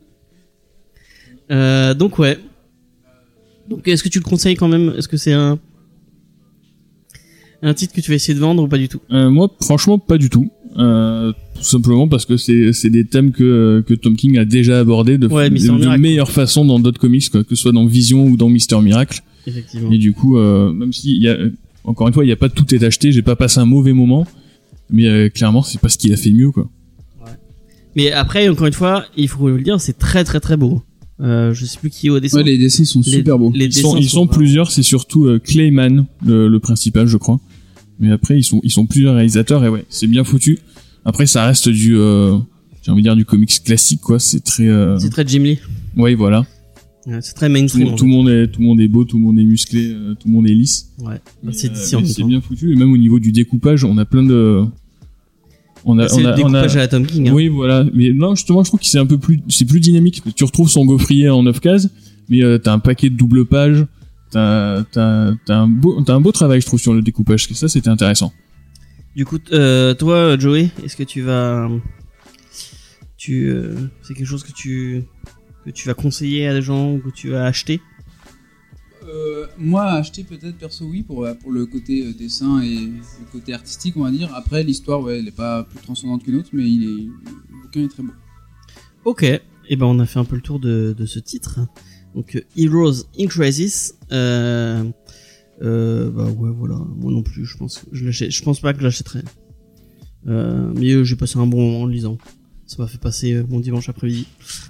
Donc ouais. Donc est-ce que tu le conseilles quand même? Est-ce que c'est un titre que tu vas essayer de vendre ou pas du tout? Moi franchement pas du tout. tout simplement parce que c'est des thèmes que Tom King a déjà abordés de meilleure façon dans d'autres comics, quoi, que ce soit dans Vision ou dans Mister Miracle. Effectivement. Et du coup, même si encore une fois, il y a pas tout est acheté, j'ai pas passé un mauvais moment, mais clairement, c'est pas ce qu'il a fait mieux, quoi. Ouais. Mais après, encore une fois, il faut le dire, c'est très très très beau. Je sais plus qui est au dessin. Ouais, les dessins sont super beaux. Ils sont plusieurs, c'est surtout Clayman, le principal, je crois. Mais après, ils sont plusieurs réalisateurs et ouais, c'est bien foutu. Après, ça reste j'ai envie de dire du comics classique, quoi. C'est très Jim Lee. Ouais, voilà. Ouais, c'est très mainstream. Tout le monde est beau, tout le monde est musclé, tout le monde est lisse. Ouais. C'est bien foutu. Et même au niveau du découpage, on a plein de... C'est le découpage à la Tom King. Hein. Oui, voilà. Mais non, justement, je trouve que c'est plus dynamique. Tu retrouves son gaufrier en 9 cases, mais t'as un paquet de double pages. T'as un beau travail, je trouve, sur le découpage. Ça, c'était intéressant. Du coup, toi, Joey, est-ce que tu vas, c'est quelque chose que tu vas conseiller à des gens ou que tu vas acheter? Moi, acheter peut-être perso, oui, pour le côté dessin et le côté artistique, on va dire. Après, l'histoire, ouais, elle est pas plus transcendante qu'une autre, mais le bouquin est très beau. Ok, et ben on a fait un peu le tour de ce titre. Donc Heroes in Crisis. Bah ouais, voilà. Moi non plus, je pense pas que je l'achèterai. Mais j'ai passé un bon moment en le lisant. Ça m'a fait passer mon dimanche après-midi.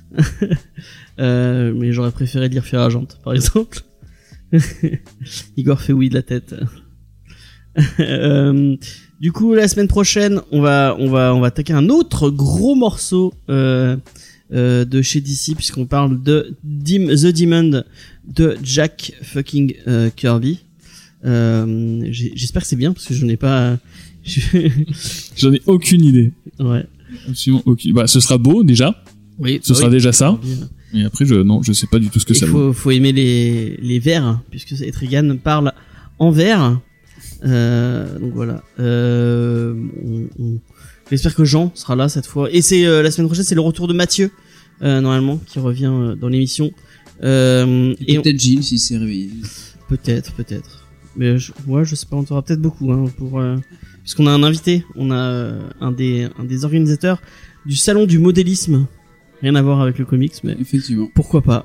Mais j'aurais préféré lire Fear Agent, par exemple. Igor fait oui de la tête. Du coup, la semaine prochaine, on va attaquer un autre gros morceau de chez DC, puisqu'on parle de The Demon de Jack fucking Kirby. J'espère que c'est bien, parce que je n'ai pas... J'en ai aucune idée. Ouais. Absolument aucune. Bah, ce sera beau, déjà. Oui. Ce sera déjà ça. Et après, je sais pas du tout ce que ça vaut. Faut aimer les vers, puisque Etrigan parle en vers. Donc voilà. J'espère que Jean sera là cette fois. Et c'est la semaine prochaine, c'est le retour de Mathieu, normalement, qui revient dans l'émission. Et peut-être Gilles si c'est réveillé. Peut-être. Mais je sais pas, on aura peut-être beaucoup, hein, puisqu'on a un invité, on a un des organisateurs du salon du modélisme. Rien à voir avec le comics, mais effectivement. Pourquoi pas.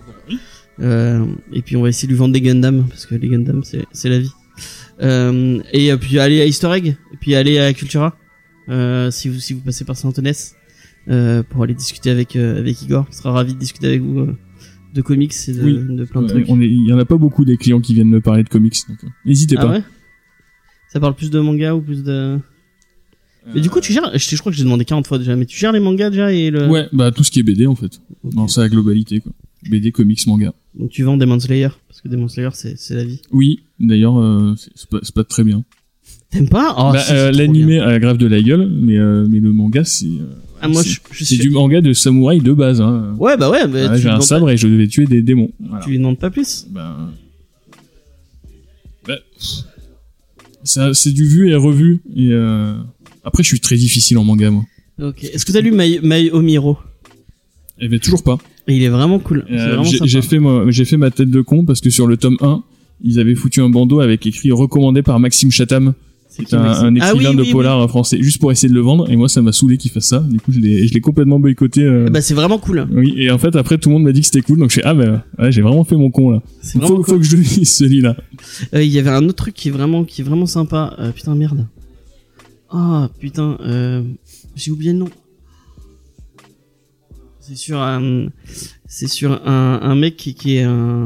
Et puis on va essayer de lui vendre des Gundam, parce que les Gundam c'est la vie. Et puis aller à Easter Egg, et puis aller à Cultura, si vous passez par Saint-Onès, pour aller discuter avec Igor, qui sera ravi de discuter avec vous de comics et de plein de trucs. Il y en a pas beaucoup des clients qui viennent me parler de comics, donc n'hésitez pas. Ouais, ça parle plus de manga ou plus de... Mais du coup, tu gères, je crois que j'ai demandé 40 fois déjà, mais tu gères les mangas déjà et le... Ouais, bah tout ce qui est BD en fait. Okay. Dans sa globalité, quoi. BD, comics, manga. Donc tu vends Demon Slayer, parce que Demon Slayer c'est la vie. Oui, d'ailleurs, c'est pas très bien. T'aimes pas? L'animé a la grave de la gueule, mais le manga c'est... c'est du manga de samouraï de base, hein. Ouais, bah ouais. Bah, j'ai un sabre et je devais tuer des démons. Voilà. Tu lui demandes pas plus? Ça, c'est du vu et revu, et après je suis très difficile en manga, moi. Ok. Est-ce que t'as lu My Omiro? Eh ben toujours pas. Et il est vraiment cool. J'ai fait ma tête de con parce que sur le tome 1, ils avaient foutu un bandeau avec écrit recommandé par Maxime Chatham. C'est un écrivain de polar français, juste pour essayer de le vendre, et moi ça m'a saoulé qu'il fasse ça. Du coup je l'ai complètement boycotté. Bah c'est vraiment cool. Oui, et en fait après tout le monde m'a dit que c'était cool, donc je fais ouais, j'ai vraiment fait mon con là. Faut que je lise celui-là. Il y avait un autre truc qui est vraiment sympa. Putain merde. Ah putain, j'ai oublié le nom. C'est sur un mec qui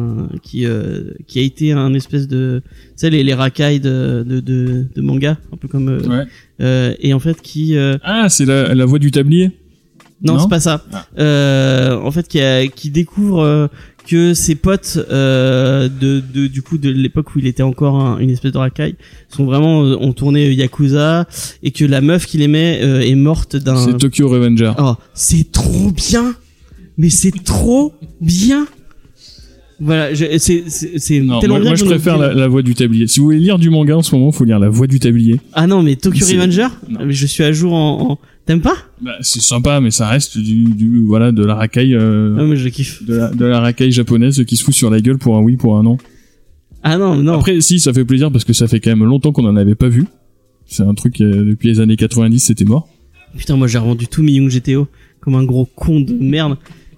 a été un espèce de, tu sais, les racailles de manga, un peu comme et en fait qui c'est la voix du tablier. Non, c'est pas ça. En fait qui découvre que ses potes du coup de l'époque où il était encore une espèce de racaille ont tourné Yakuza, et que la meuf qu'il aimait est morte d'un... C'est Tokyo Revenger. Oh, c'est trop bien. Mais c'est trop bien. Voilà, c'est non, moi je préfère la voix du tablier. Si vous voulez lire du manga en ce moment, faut lire la voix du tablier. Ah non, mais Tokyo Revenger, mais je suis à jour en... T'aimes pas? Bah, c'est sympa, mais ça reste de la racaille. Non, mais je kiffe. De la racaille japonaise qui se fout sur la gueule pour un oui, pour un non. Ah non. Après, si, ça fait plaisir parce que ça fait quand même longtemps qu'on en avait pas vu. C'est un truc depuis les années 90, c'était mort. Putain, moi j'ai revendu tout mes Young GTO comme un gros con de merde.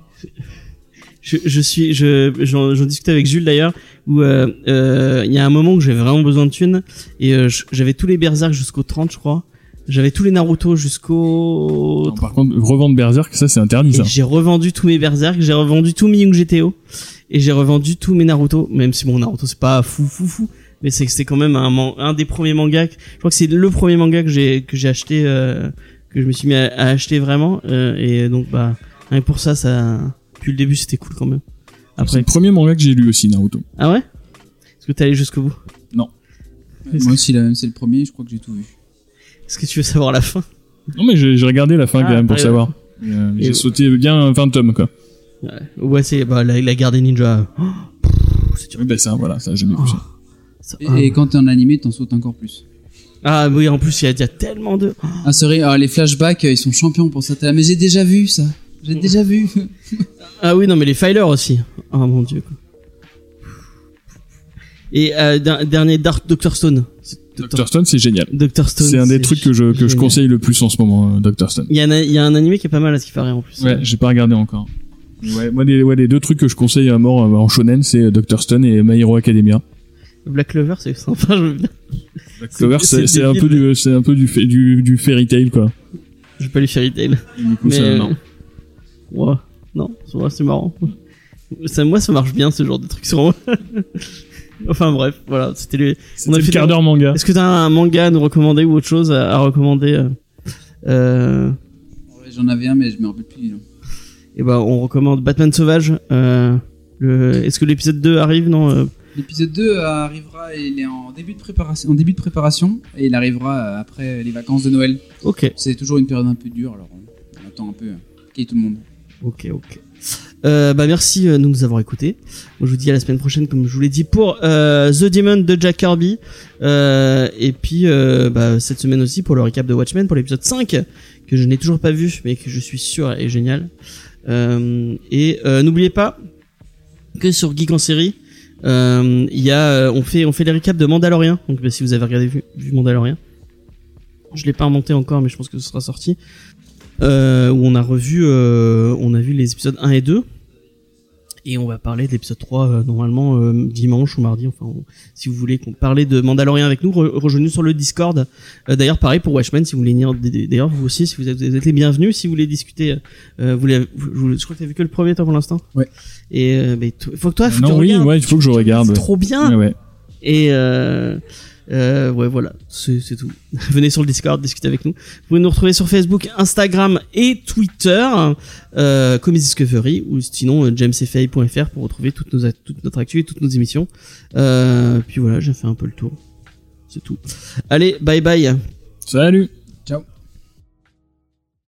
J'en discutais avec Jules d'ailleurs, où il y a un moment où j'avais vraiment besoin de thunes et j'avais tous les Berserk jusqu'au 30, je crois. J'avais tous les Naruto jusqu'au... Non, par contre, revendre Berserk, ça c'est interdit, ça. J'ai revendu tous mes Berserk, j'ai revendu tous mes Young GTO et j'ai revendu tous mes Naruto, même si bon, Naruto c'est pas fou, mais c'est quand même un des premiers mangas. Je crois que c'est le premier manga que j'ai acheté, que je me suis mis à acheter vraiment, et donc bah rien que pour ça, depuis le début c'était cool quand même. Après, c'est le premier manga que j'ai lu aussi, Naruto. Ah ouais? Est-ce que t'es allé jusqu'au bout? Non. Moi aussi, c'est le premier, je crois que j'ai tout vu. Est-ce que tu veux savoir la fin? Non, mais j'ai regardé la fin quand même pour savoir. J'ai sauté bien 20 tomes, quoi. Ouais, c'est la guerre des ninjas. Oui, bah ça, voilà, ça j'ai jamais poussé. Et quand t'es en animé, t'en sautes encore plus. Ah oui, en plus il y a tellement de... Ah c'est vrai, les flashbacks, ils sont champions pour ça. Mais j'ai déjà vu ça. J'ai déjà vu. Ah oui, non mais les filers aussi. Oh mon dieu, quoi. Et dernier Dr. Stone. Dr. Stone, c'est génial. Dr. Stone, c'est un des trucs que je conseille le plus en ce moment, Dr. Stone. Il y a un animé qui est pas mal à ce qui paraît en plus. Ouais, j'ai pas regardé encore. Ouais, moi les deux trucs que je conseille à mort en shonen, c'est Dr. Stone et My Hero Academia. Black Clover, c'est sympa, je veux bien. Black Clover, c'est un peu du fairy tale, quoi. J'ai pas lu fairy tale. Du coup, mais non. Ouais, non, c'est marrant. Moi, ça marche bien ce genre de trucs sur moi. Enfin bref, voilà, c'était on a fait le quart d'heure manga. Est-ce que t'as un manga à nous recommander ou autre chose à recommander? Ouais, j'en avais un, mais je me rappelle plus. Et bah, on recommande Batman Sauvage. Est-ce que l'épisode 2 arrive? Non. L'épisode 2 arrivera, il est en début de préparation, et il arrivera après les vacances de Noël. Ok. C'est toujours une période un peu dure, alors on attend un peu qu'il y ait tout le monde. Ok. Bah merci de nous avoir écoutés. Moi, je vous dis à la semaine prochaine, comme je vous l'ai dit, pour The Demon de Jack Kirby. Et puis cette semaine aussi pour le recap de Watchmen, pour l'épisode 5, que je n'ai toujours pas vu, mais que je suis sûr est génial. N'oubliez pas que sur Geek en série, on fait les recaps de Mandalorian. Donc si vous avez vu Mandalorian, je l'ai pas remonté encore, mais je pense que ce sera sorti. Où on a vu les épisodes 1 et 2, et on va parler de l'épisode 3 normalement dimanche ou mardi. Enfin, si vous voulez qu'on parle de Mandalorian avec nous, rejoignez-nous sur le Discord. D'ailleurs, pareil pour Watchmen, si vous voulez venir. D'ailleurs, vous aussi, si vous êtes les bienvenus, si vous voulez discuter. Je crois que t'as vu que le premier, toi, pour l'instant. Ouais. Et faut que toi, non, oui, ouais, il faut que je regarde. C'est trop bien. Ouais. Et ouais, voilà, c'est tout. Venez sur le Discord, discutez avec nous. Vous pouvez nous retrouver sur Facebook, Instagram et Twitter, Comics Discovery, ou sinon jamesfay.fr pour retrouver toute notre actu et toutes nos émissions. Puis voilà, j'ai fait un peu le tour. C'est tout. Allez, bye bye. Salut.